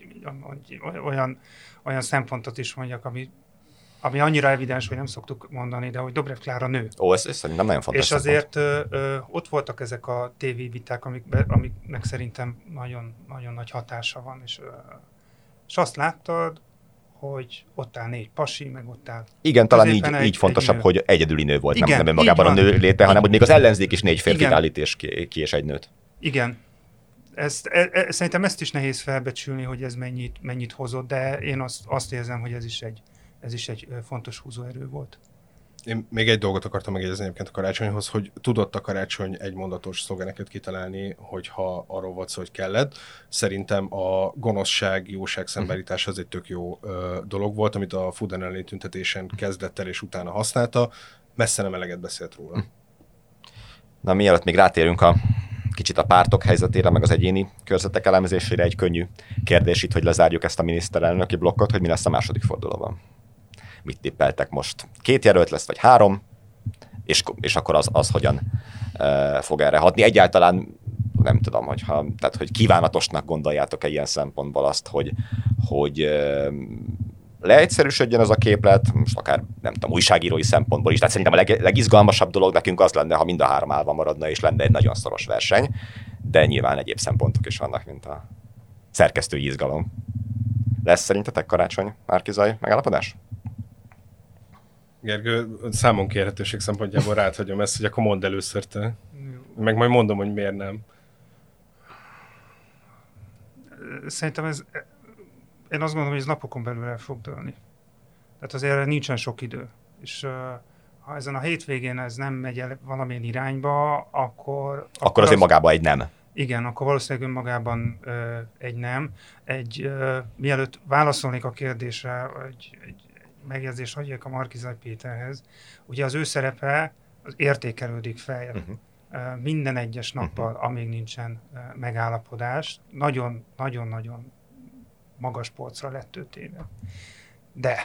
[SPEAKER 2] olyan szempontot is mondjak, ami annyira evidens, hogy nem szoktuk mondani, de hogy Dobrev Klára nő.
[SPEAKER 1] Ez szerintem nagyon fontos.
[SPEAKER 2] És azért ott voltak ezek a tévéviták, amiknek szerintem nagyon, nagyon nagy hatása van, és azt láttad, hogy ott áll 4 pasi, meg ott áll.
[SPEAKER 1] Igen, talán így fontosabb, hogy egyedüli nő volt, igen, nem önmagában a nő léte, hanem hogy még az ellenzék is 4 férfit állít, és ki és egy nőt.
[SPEAKER 2] Igen. Szerintem ezt is nehéz felbecsülni, hogy ez mennyit hozott, de én azt érzem, hogy ez is egy fontos húzóerő volt.
[SPEAKER 3] Én még egy dolgot akartam megjegyezni egyébként a Karácsonyhoz, hogy tudott a Karácsony egymondatos szlogeneket kitalálni, hogyha arról volt szó, hogy kellett. Szerintem a gonoszság, jóság szembeállítás az egy tök jó dolog volt, amit a Fuden elleni tüntetésen kezdett el és utána használta. Messze nem eleget beszélt róla.
[SPEAKER 1] Na, mielőtt még rátérünk kicsit a pártok helyzetére, meg az egyéni körzetek elemzésére, egy könnyű kérdés itt, hogy lezárjuk ezt a miniszterelnöki blokkot, hogy mi lesz a második fordulóban. Mit tippeltek most? 2 jelölt lesz, vagy 3? És akkor az hogyan fog erre hatni? Egyáltalán nem tudom, hogy kívánatosnak gondoljátok-e ilyen szempontból azt, hogy leegyszerűsödjön az a képlet, most akár nem tudom, újságírói szempontból is, tehát szerintem a legizgalmasabb dolog nekünk az lenne, ha mind a 3 állva maradna, és lenne egy nagyon szoros verseny, de nyilván egyéb szempontok is vannak, mint a szerkesztői izgalom. Lesz szerintetek Karácsony-Márki-Zay megállapodás?
[SPEAKER 3] Gergő, számon kérhetőség szempontjából ráthagyom ezt, hogy akkor mondd először te. Meg majd mondom, hogy miért nem.
[SPEAKER 2] Szerintem én azt gondolom, hogy ez napokon belül el fog dőlni. Tehát azért erre nincsen sok idő. És ha ezen a hétvégén ez nem megy el valamilyen irányba, akkor
[SPEAKER 1] az önmagában egy nem.
[SPEAKER 2] Igen, akkor valószínűleg önmagában egy nem. Mielőtt válaszolnék a kérdésre, egy megjegyzést hagyjak a Márki-Zay Péterhez. Ugye az ő szerepe az értékelődik fel. Minden egyes nappal, amíg nincsen megállapodás, nagyon-nagyon magas polcra lett téve. De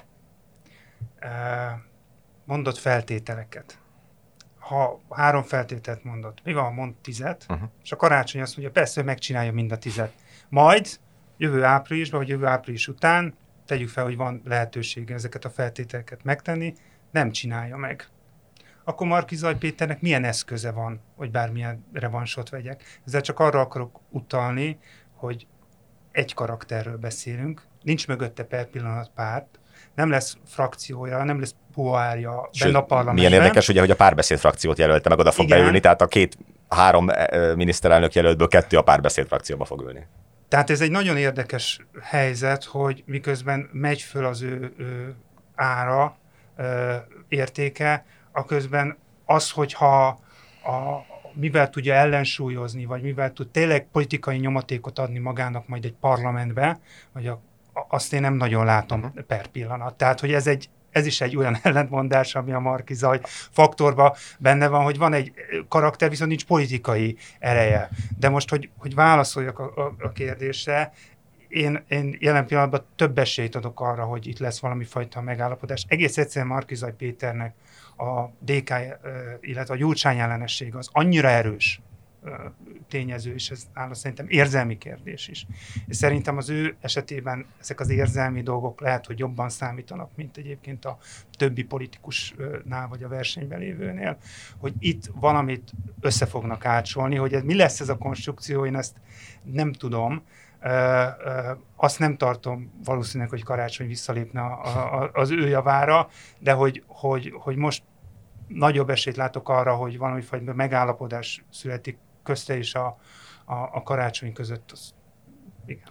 [SPEAKER 2] mondott feltételeket. Ha 3 feltételt mondott, mi van, ha mond 10-et, és a Karácsony azt mondja, persze, hogy megcsinálja mind a 10-et. Majd jövő áprilisban, vagy jövő április után tegyük fel, hogy van lehetősége ezeket a feltételeket megtenni, nem csinálja meg. Akkor Márki-Zay Péternek milyen eszköze van, hogy bármilyen revansot vegyek? Ezzel csak arra akarok utalni, hogy egy karakterről beszélünk, nincs mögötte per pillanat párt, nem lesz frakciója, nem lesz buárja benne a parlamentben.
[SPEAKER 1] Milyen érdekes, ugye, hogy a Párbeszéd frakciót jelölte, meg oda fog beülni, tehát a 3 miniszterelnök jelöltből 2 a Párbeszéd frakcióba fog ülni.
[SPEAKER 2] Tehát ez egy nagyon érdekes helyzet, hogy miközben megy föl az ő ára, értéke, aközben az, hogyha mivel tudja ellensúlyozni, vagy mivel tud tényleg politikai nyomatékot adni magának majd egy parlamentbe, vagy azt én nem nagyon látom per pillanat. Tehát, hogy ez is egy olyan ellentmondás, ami a Márki-Zay faktorban benne van, hogy van egy karakter, viszont nincs politikai ereje. De most, hogy válaszoljak a kérdésre, én jelen pillanatban több esélyt adok arra, hogy itt lesz valami fajta megállapodás. Egész egyszerűen Márki-Zay Péternek a DK, illetve a Gyurcsány ellenesség az annyira erős tényező, és ez nála szerintem érzelmi kérdés is. És szerintem az ő esetében ezek az érzelmi dolgok lehet, hogy jobban számítanak, mint egyébként a többi politikusnál, vagy a versenyben lévőnél, hogy itt valamit össze fognak ácsolni, hogy mi lesz ez a konstrukció, én ezt nem tudom. Azt nem tartom valószínűleg, hogy Karácsony visszalépne az ő javára, de hogy most nagyobb esélyt látok arra, hogy valami fajta megállapodás születik közte és a Karácsony között. Igen.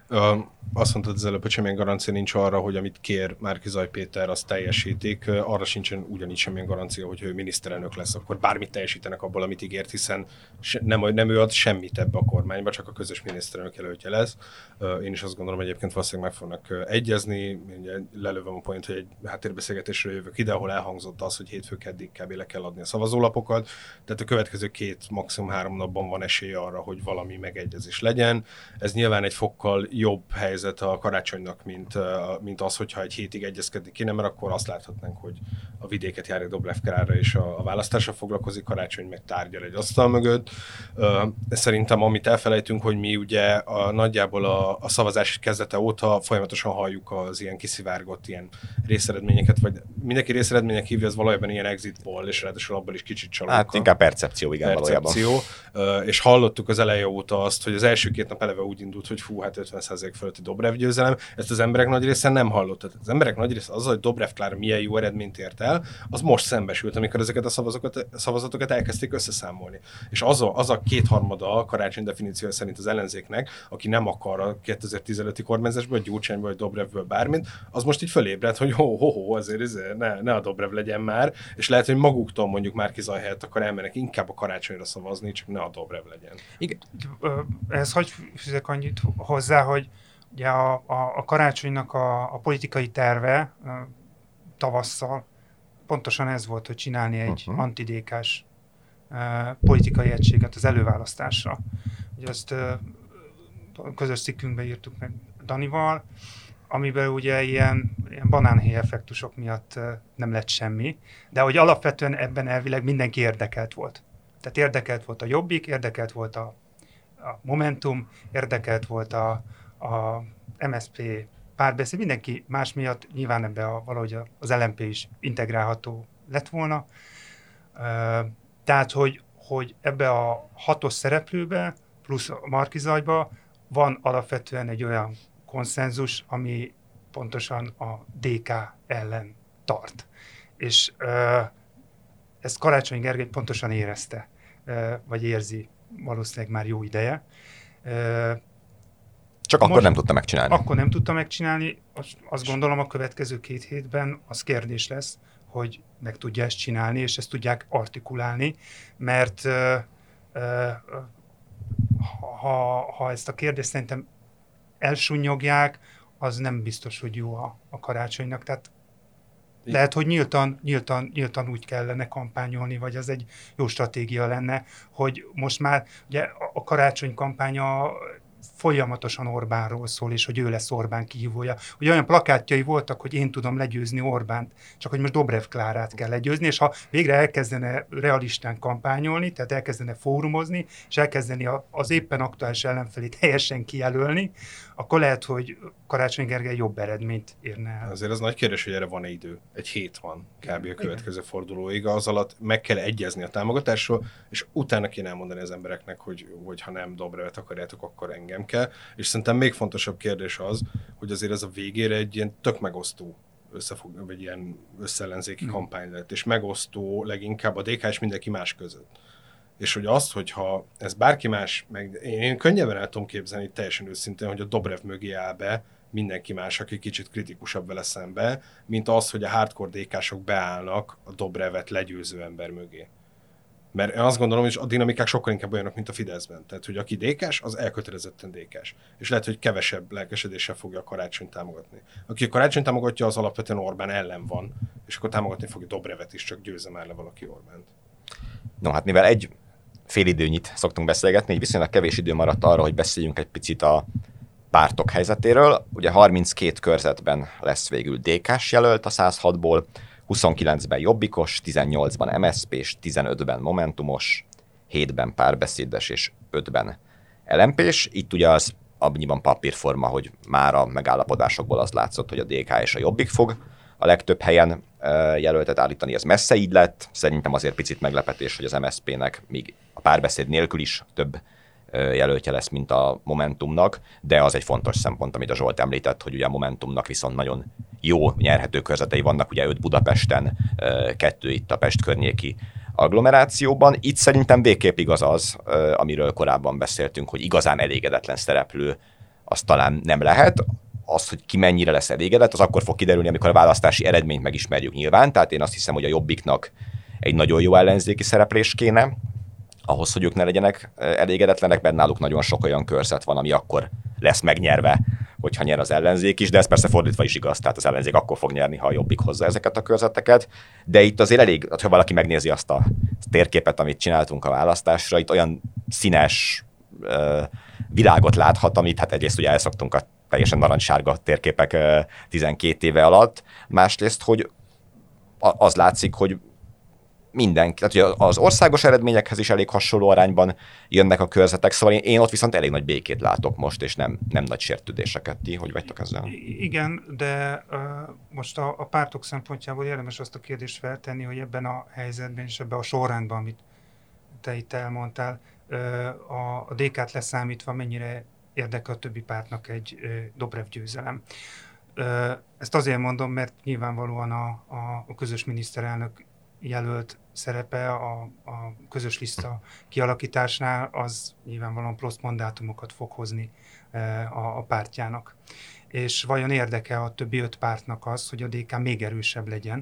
[SPEAKER 3] Azt mondtad az előbb, hogy semmilyen garancia nincs arra, hogy amit kér Márki-Zay Péter, azt teljesítik. Arra sincsen ugyanígy semmilyen garancia, hogy ő miniszterelnök lesz, akkor bármit teljesítenek abból, amit ígért, hiszen nem ő ad semmit ebbe a kormányba, csak a közös miniszterelnök jelöltje lesz. Én is azt gondolom, egyébként valószínűleg meg fognak egyezni. Ugye lelövöm a point, hogy egy háttérbeszélgetésről jövök ide, ahol elhangzott az, hogy hétfő keddig kb. Le kell adni a szavazólapokat. Tehát a következő 2, maximum 3 napban van esély arra, hogy valami megegyezés legyen. Ez nyilván egy fokkal jobb helyzet a Karácsonynak, mint az, hogyha egy hétig egyezkedni kéne, mert akkor azt láthatnánk, hogy a vidéket járja Dobrev Klára és a választásra foglalkozik, Karácsony meg tárgyal egy asztal mögött. Szerintem amit elfelejtünk, hogy mi ugye nagyjából a szavazás kezdete óta folyamatosan halljuk az ilyen kiszivárgott ilyen részeredményeket, vagy mindenki részeredménynek hívja, az valójában ilyen exit poll, és ráadásul abban is kicsit csalóka.
[SPEAKER 1] Hát inkább percepció, igen, valójában.
[SPEAKER 3] És hallottuk az eleje óta azt, hogy az első 2 nap eleve úgy indult, hogy hát 50% fölötti Dobrev győzelem. Ezt az emberek nagy része nem hallott. Az emberek nagy része azzal, hogy Dobrev Klára milyen jó eredményt ért el, az most szembesült, amikor ezeket a szavazatokat elkezdték összeszámolni. És az a 2/3 Karácsony definíciója szerint az ellenzéknek, aki nem akar a 2015-i kormányzásból, Gyurcsányból vagy Dobrevből bármit, az most így fölébredt, hogy azért ne a Dobrev legyen már, és lehet, hogy maguktól mondjuk Márki-Zay helyett akkor elmennek inkább a Karácsonyra szavazni, csak ne a Dobrev legyen.
[SPEAKER 2] Igen. Ez hogy fűzök annyit hozzá, hogy ugye a Karácsonynak a politikai terve tavasszal pontosan ez volt, hogy csinálni egy antidékás politikai egységet az előválasztásra. Ugye azt közös cikkünkben írtuk meg Danival, amiben ugye ilyen banánhéj effektusok miatt nem lett semmi, de hogy alapvetően ebben elvileg mindenki érdekelt volt. Tehát érdekelt volt a Jobbik, érdekelt volt a Momentum, érdekelt volt a MSZP Párbeszéd, mindenki más miatt, nyilván ebbe valahogy az LMP is integrálható lett volna. Tehát, hogy ebbe a 6 szereplőbe, plusz a Márki-Zayba van alapvetően egy olyan konszenzus, ami pontosan a DK ellen tart. És ezt Karácsony Gergely pontosan érezte, vagy érzi valószínűleg már jó ideje.
[SPEAKER 1] Csak akkor nem tudta megcsinálni.
[SPEAKER 2] Akkor nem tudta megcsinálni. Azt gondolom a következő 2 hétben az kérdés lesz, hogy meg tudja ezt csinálni, és ezt tudják artikulálni, mert ha ezt a kérdést szerintem elsúnyogják, az nem biztos, hogy jó a Karácsonynak. Tehát lehet, hogy nyíltan úgy kellene kampányolni, vagy az egy jó stratégia lenne, hogy most már ugye a Karácsony kampánya folyamatosan Orbánról szól, és hogy ő lesz Orbán kihívója. Ugye olyan plakátjai voltak, hogy én tudom legyőzni Orbánt, csak hogy most Dobrev Klárát kell legyőzni, és ha végre elkezdene realistán kampányolni, tehát elkezdene fórumozni, és elkezdeni az éppen aktuális ellenfelét helyesen kijelölni, akkor lehet, hogy Karácsony Gergely jobb eredményt érne el.
[SPEAKER 3] Azért az nagy kérdés, hogy erre van-e idő. Egy hét van kb. A következő fordulóig, az alatt meg kell egyezni a támogatásról, és utána kéne elmondani az embereknek, hogy ha nem Dobrevet akarjátok, akkor engem kell. És szerintem még fontosabb kérdés az, hogy azért ez a végére egy ilyen tök megosztó vagy ilyen összellenzéki kampány lett, és megosztó leginkább a DK és mindenki más között. És hogy azt, hogyha ez bárki más, én könnyebben el tudom képzelni teljesen őszintén, hogy a Dobrev mögé áll be mindenki más, aki kicsit kritikusabb vele szembe, mint az, hogy a hardcore DK-sok beállnak a Dobrevet legyőző ember mögé. Mert én azt gondolom, hogy a dinamikák sokkal inkább olyanok, mint a Fideszben. Tehát, hogy aki DK-s, az elkötelezetten DK-s. És lehet, hogy kevesebb lelkesedéssel fogja a Karácsonyt támogatni. Aki a Karácsonyt támogatja, az alapvetően Orbán ellen van, és akkor támogatni fogja Dobrevet is, csak győzze már le valaki Orbánt.
[SPEAKER 1] No, hát mivel egy félidőnyit szoktunk beszélgetni, így viszonylag kevés idő maradt arra, hogy beszéljünk egy picit a pártok helyzetéről. Ugye 32 körzetben lesz végül DK-s jelölt a 106-ból, 29-ben Jobbikos, 18-ban MSZP-s, 15-ben Momentumos, 7-ben Párbeszédes és 5-ben LMP-s. Itt ugye az annyiban papírforma, hogy már a megállapodásokból az látszott, hogy a DK és a Jobbik fog a legtöbb helyen jelöltet állítani. Ez messze így lett. Szerintem azért picit meglepetés, hogy az MSZP-nek még a Párbeszéd nélkül is több jelöltje lesz, mint a Momentumnak, de az egy fontos szempont, amit a Zsolt említett, hogy ugye a Momentumnak viszont nagyon jó nyerhető körzetei vannak, ugye 5 Budapesten, 2 itt a Pest környéki agglomerációban. Itt szerintem végképp igaz az, amiről korábban beszéltünk, hogy igazán elégedetlen szereplő az talán nem lehet. Az, hogy ki mennyire lesz elégedett, az akkor fog kiderülni, amikor a választási eredményt megismerjük nyilván. Tehát én azt hiszem, hogy a Jobbiknak egy nagyon jó ellenzéki szereplés kéne, ahhoz, hogy ők ne legyenek elégedetlenek, mert náluk nagyon sok olyan körzet van, ami akkor lesz megnyerve, hogyha nyer az ellenzék is, de ez persze fordítva is igaz, tehát az ellenzék akkor fog nyerni, ha a Jobbik hozza ezeket a körzeteket. De itt azért elég, ha valaki megnézi azt a térképet, amit csináltunk a választásra, itt olyan színes világot láthat, amit hát egyrészt ugye elszoktunk a teljesen narancssárga térképek 12 éve alatt, másrészt, hogy az látszik, hogy mindenki, tehát az országos eredményekhez is elég hasonló arányban jönnek a körzetek, szóval én ott viszont elég nagy békét látok most, és nem nagy sértődéseket. Ti hogy vagytok ezzel?
[SPEAKER 2] Igen, de most a pártok szempontjából érdemes azt a kérdést feltenni, hogy ebben a helyzetben és ebben a sorrendben, amit te itt elmondtál, a DK-t leszámítva mennyire érdekel a többi pártnak egy Dobrev győzelem. Ezt azért mondom, mert nyilvánvalóan a közös miniszterelnök jelölt szerepe a közös lista kialakításnál az nyilvánvalóan plusz mandátumokat fog hozni a pártjának. És vajon érdeke a többi 5 pártnak az, hogy a DK még erősebb legyen,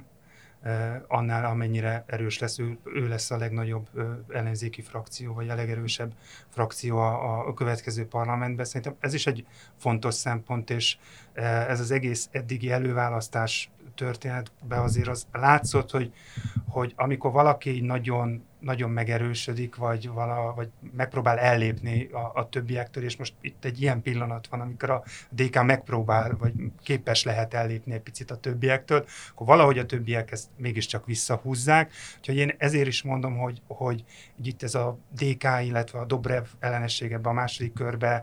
[SPEAKER 2] annál amennyire erős lesz, ő lesz a legnagyobb ellenzéki frakció, vagy a legerősebb frakció a következő parlamentben. Szerintem ez is egy fontos szempont, és ez az egész eddigi előválasztás történetben azért az látszott, hogy amikor valaki nagyon, nagyon megerősödik, vagy megpróbál ellépni a többiektől, és most itt egy ilyen pillanat van, amikor a DK megpróbál, vagy képes lehet ellépni egy picit a többiektől, akkor valahogy a többiek ezt mégiscsak visszahúzzák. Úgyhogy én ezért is mondom, hogy itt ez a DK, illetve a Dobrev ellenesség ebben a második körbe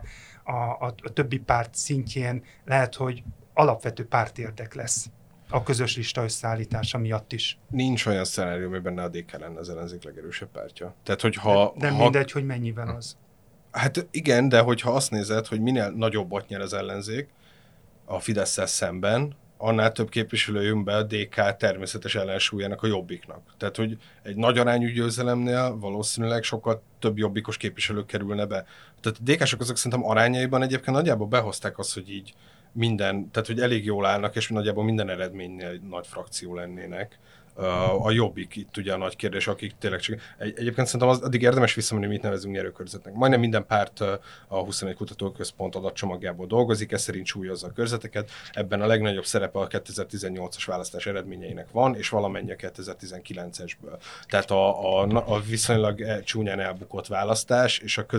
[SPEAKER 2] a többi párt szintjén lehet, hogy alapvető pártérdek lesz a közös lista összeállítása miatt is.
[SPEAKER 3] Nincs olyan szenárium, amiben benne a DK lenne az ellenzék legerősebb pártja. Tehát,
[SPEAKER 2] de mindegy, hogy mennyivel az.
[SPEAKER 3] Hát igen, de hogyha azt nézed, hogy minél nagyobbat nyer az ellenzék a Fidesz-szel szemben, annál több képviselő jön be a DK természetes ellensúlyának, a Jobbiknak. Tehát, hogy egy nagy arányú győzelemnél valószínűleg sokkal több jobbikos képviselők kerülne be. Tehát a DK-sok azok szerintem arányaiban egyébként nagyjából behozták azt, hogy így tehát hogy elég jól állnak, és nagyjából minden eredménynél egy nagy frakció lennének. A Jobbik itt ugye a nagy kérdés, akik tényleg csak... Egyébként szerintem addig érdemes visszamenni, mit nevezünk nyerőkörzetnek. Majdnem minden párt a 21 Kutatóközpont adatcsomagjából dolgozik, ez szerint súlyozza a körzeteket. Ebben a legnagyobb szerepe a 2018-as választás eredményeinek van, és valamennyi a 2019-esből. Tehát a viszonylag csúnyán elbukott választás, és a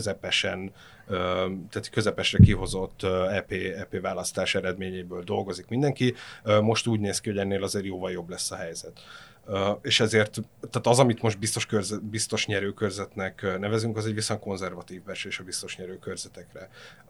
[SPEAKER 3] tehát közepesre kihozott EP választás eredményeiből dolgozik mindenki. Most úgy néz ki, hogy ennél azért jóval jobb lesz a helyzet. És ezért, tehát az, amit most biztos nyerőkörzetnek nevezünk, az egy viszont konzervatív versés a biztos nyerőkörzetekre.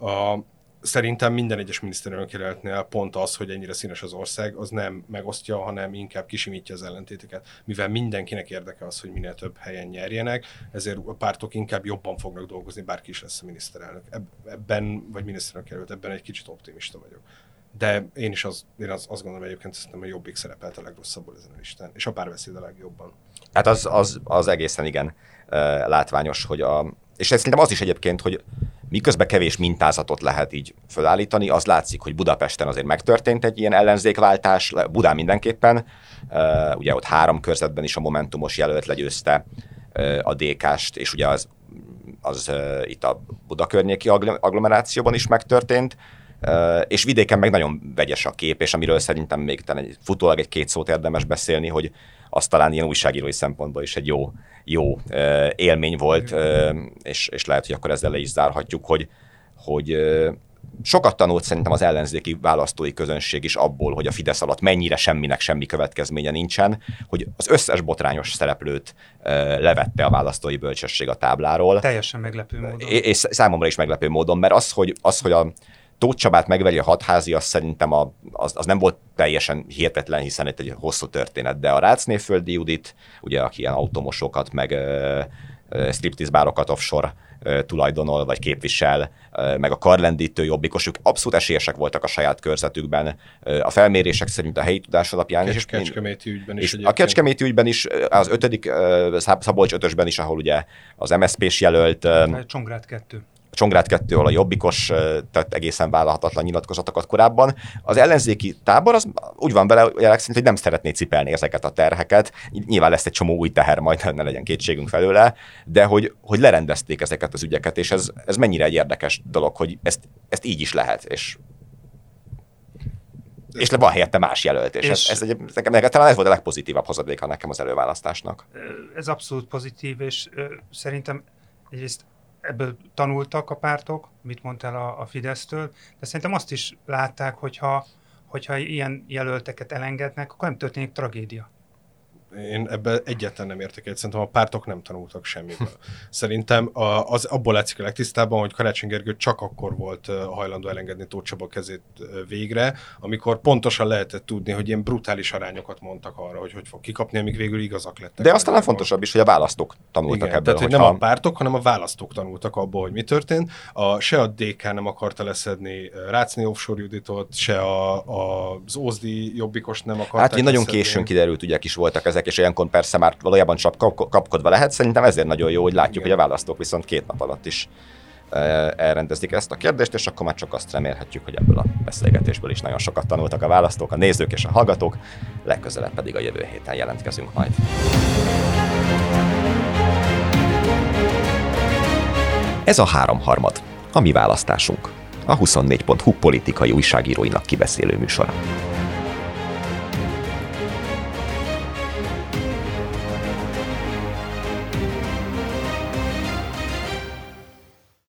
[SPEAKER 3] Szerintem minden egyes miniszterelnök jelöltnél pont az, hogy ennyire színes az ország, az nem megosztja, hanem inkább kisimítja az ellentéteket. Mivel mindenkinek érdeke az, hogy minél több helyen nyerjenek, ezért a pártok inkább jobban fognak dolgozni, bárki is lesz a miniszterelnök. Ebben, vagy miniszterelnök jelölt, ebben egy kicsit optimista vagyok. De én azt gondolom egyébként, szerintem a Jobbik szerepelt a legrosszabbul ezen a listán, és a Párbeszéd a legjobban.
[SPEAKER 1] Hát az egészen igen látványos, hogy és szerintem az is egyébként, hogy miközben kevés mintázatot lehet így fölállítani, az látszik, hogy Budapesten azért megtörtént egy ilyen ellenzékváltás, Budán mindenképpen, ugye ott 3 körzetben is a Momentumos jelölt legyőzte a DK-st, és ugye az itt a Buda környéki agglomerációban is megtörtént, és vidéken meg nagyon vegyes a kép, és amiről szerintem még futólag egy-két szót érdemes beszélni, hogy az talán ilyen újságírói szempontból is egy jó élmény volt, és lehet, hogy akkor ezzel le is zárhatjuk, hogy sokat tanult szerintem az ellenzéki választói közönség is abból, hogy a Fidesz alatt mennyire semminek semmi következménye nincsen, hogy az összes botrányos szereplőt levette a választói bölcsesség a tábláról.
[SPEAKER 2] Teljesen meglepő módon.
[SPEAKER 1] És számomra is meglepő módon, mert az, hogy a Tóth Csabát megveri a Hatházi, az szerintem az nem volt teljesen hihetetlen, hiszen itt egy hosszú történet, de a Rácnéföldi Judit, ugye, aki ilyen automosókat, meg striptease bárokat offshore tulajdonol, vagy képvisel, meg a karlendítő jobbikosok abszolút esélyesek voltak a saját körzetükben. A felmérések szerint a helyi tudás alapján.
[SPEAKER 3] Kecskeméti ügyben is.
[SPEAKER 1] A Kecskeméti ügyben is, az 5. Szabolcs 5-ösben is, ahol ugye az MSZP-s jelölt.
[SPEAKER 2] Csongrád 2.
[SPEAKER 1] Csongrád 2, ahol a jobbikos tett egészen vállalhatatlan nyilatkozatokat korábban. Az ellenzéki tábor az úgy van vele, hogy nem szeretné cipelni ezeket a terheket. Nyilván lesz egy csomó új teher, majd ne legyen kétségünk felőle, de hogy lerendezték ezeket az ügyeket, és ez mennyire egy érdekes dolog, hogy ezt így is lehet, és van helyette más jelölt, és nekem talán ez volt a legpozitívabb hozadéka nekem az előválasztásnak.
[SPEAKER 2] Ez abszolút pozitív, és szerintem egyrészt ebből tanultak a pártok, mit mondtál a Fidesztől, de szerintem azt is látták, hogyha ilyen jelölteket elengednek, akkor nem történik tragédia.
[SPEAKER 3] Én ebben egyáltalán nem értek egyet, szerintem a pártok nem tanultak semmiből. Szerintem az abból látszik a legtisztábban, hogy Karácsony Gergő csak akkor volt hajlandó elengedni Tóth Csaba kezét végre, amikor pontosan lehetett tudni, hogy ilyen brutális arányokat mondtak arra, hogy fog kikapni, amíg végül igazak lettek.
[SPEAKER 1] De aztán fontosabb is, hogy a választók tanultak ebből.
[SPEAKER 3] Tehát, hogy nem a pártok, hanem a választók tanultak abból, hogy mi történt. Se a DK nem akarta leszedni Rácné Offshore Juditot, se az Ózdi jobbikost nem akarták
[SPEAKER 1] leszedni. Nagyon későn kiderült ügyek is voltak ezek, és ilyenkor persze már valójában csak kapkodva lehet. Szerintem ezért nagyon jó, hogy látjuk, hogy a választók viszont 2 nap alatt is elrendezik ezt a kérdést, és akkor már csak azt remélhetjük, hogy ebből a beszélgetésből is nagyon sokat tanultak a választók, a nézők és a hallgatók. Legközelebb pedig a jövő héten jelentkezünk majd. Ez a 3/3, a mi választásunk. A 24.hu politikai újságíróinak kibeszélő műsora.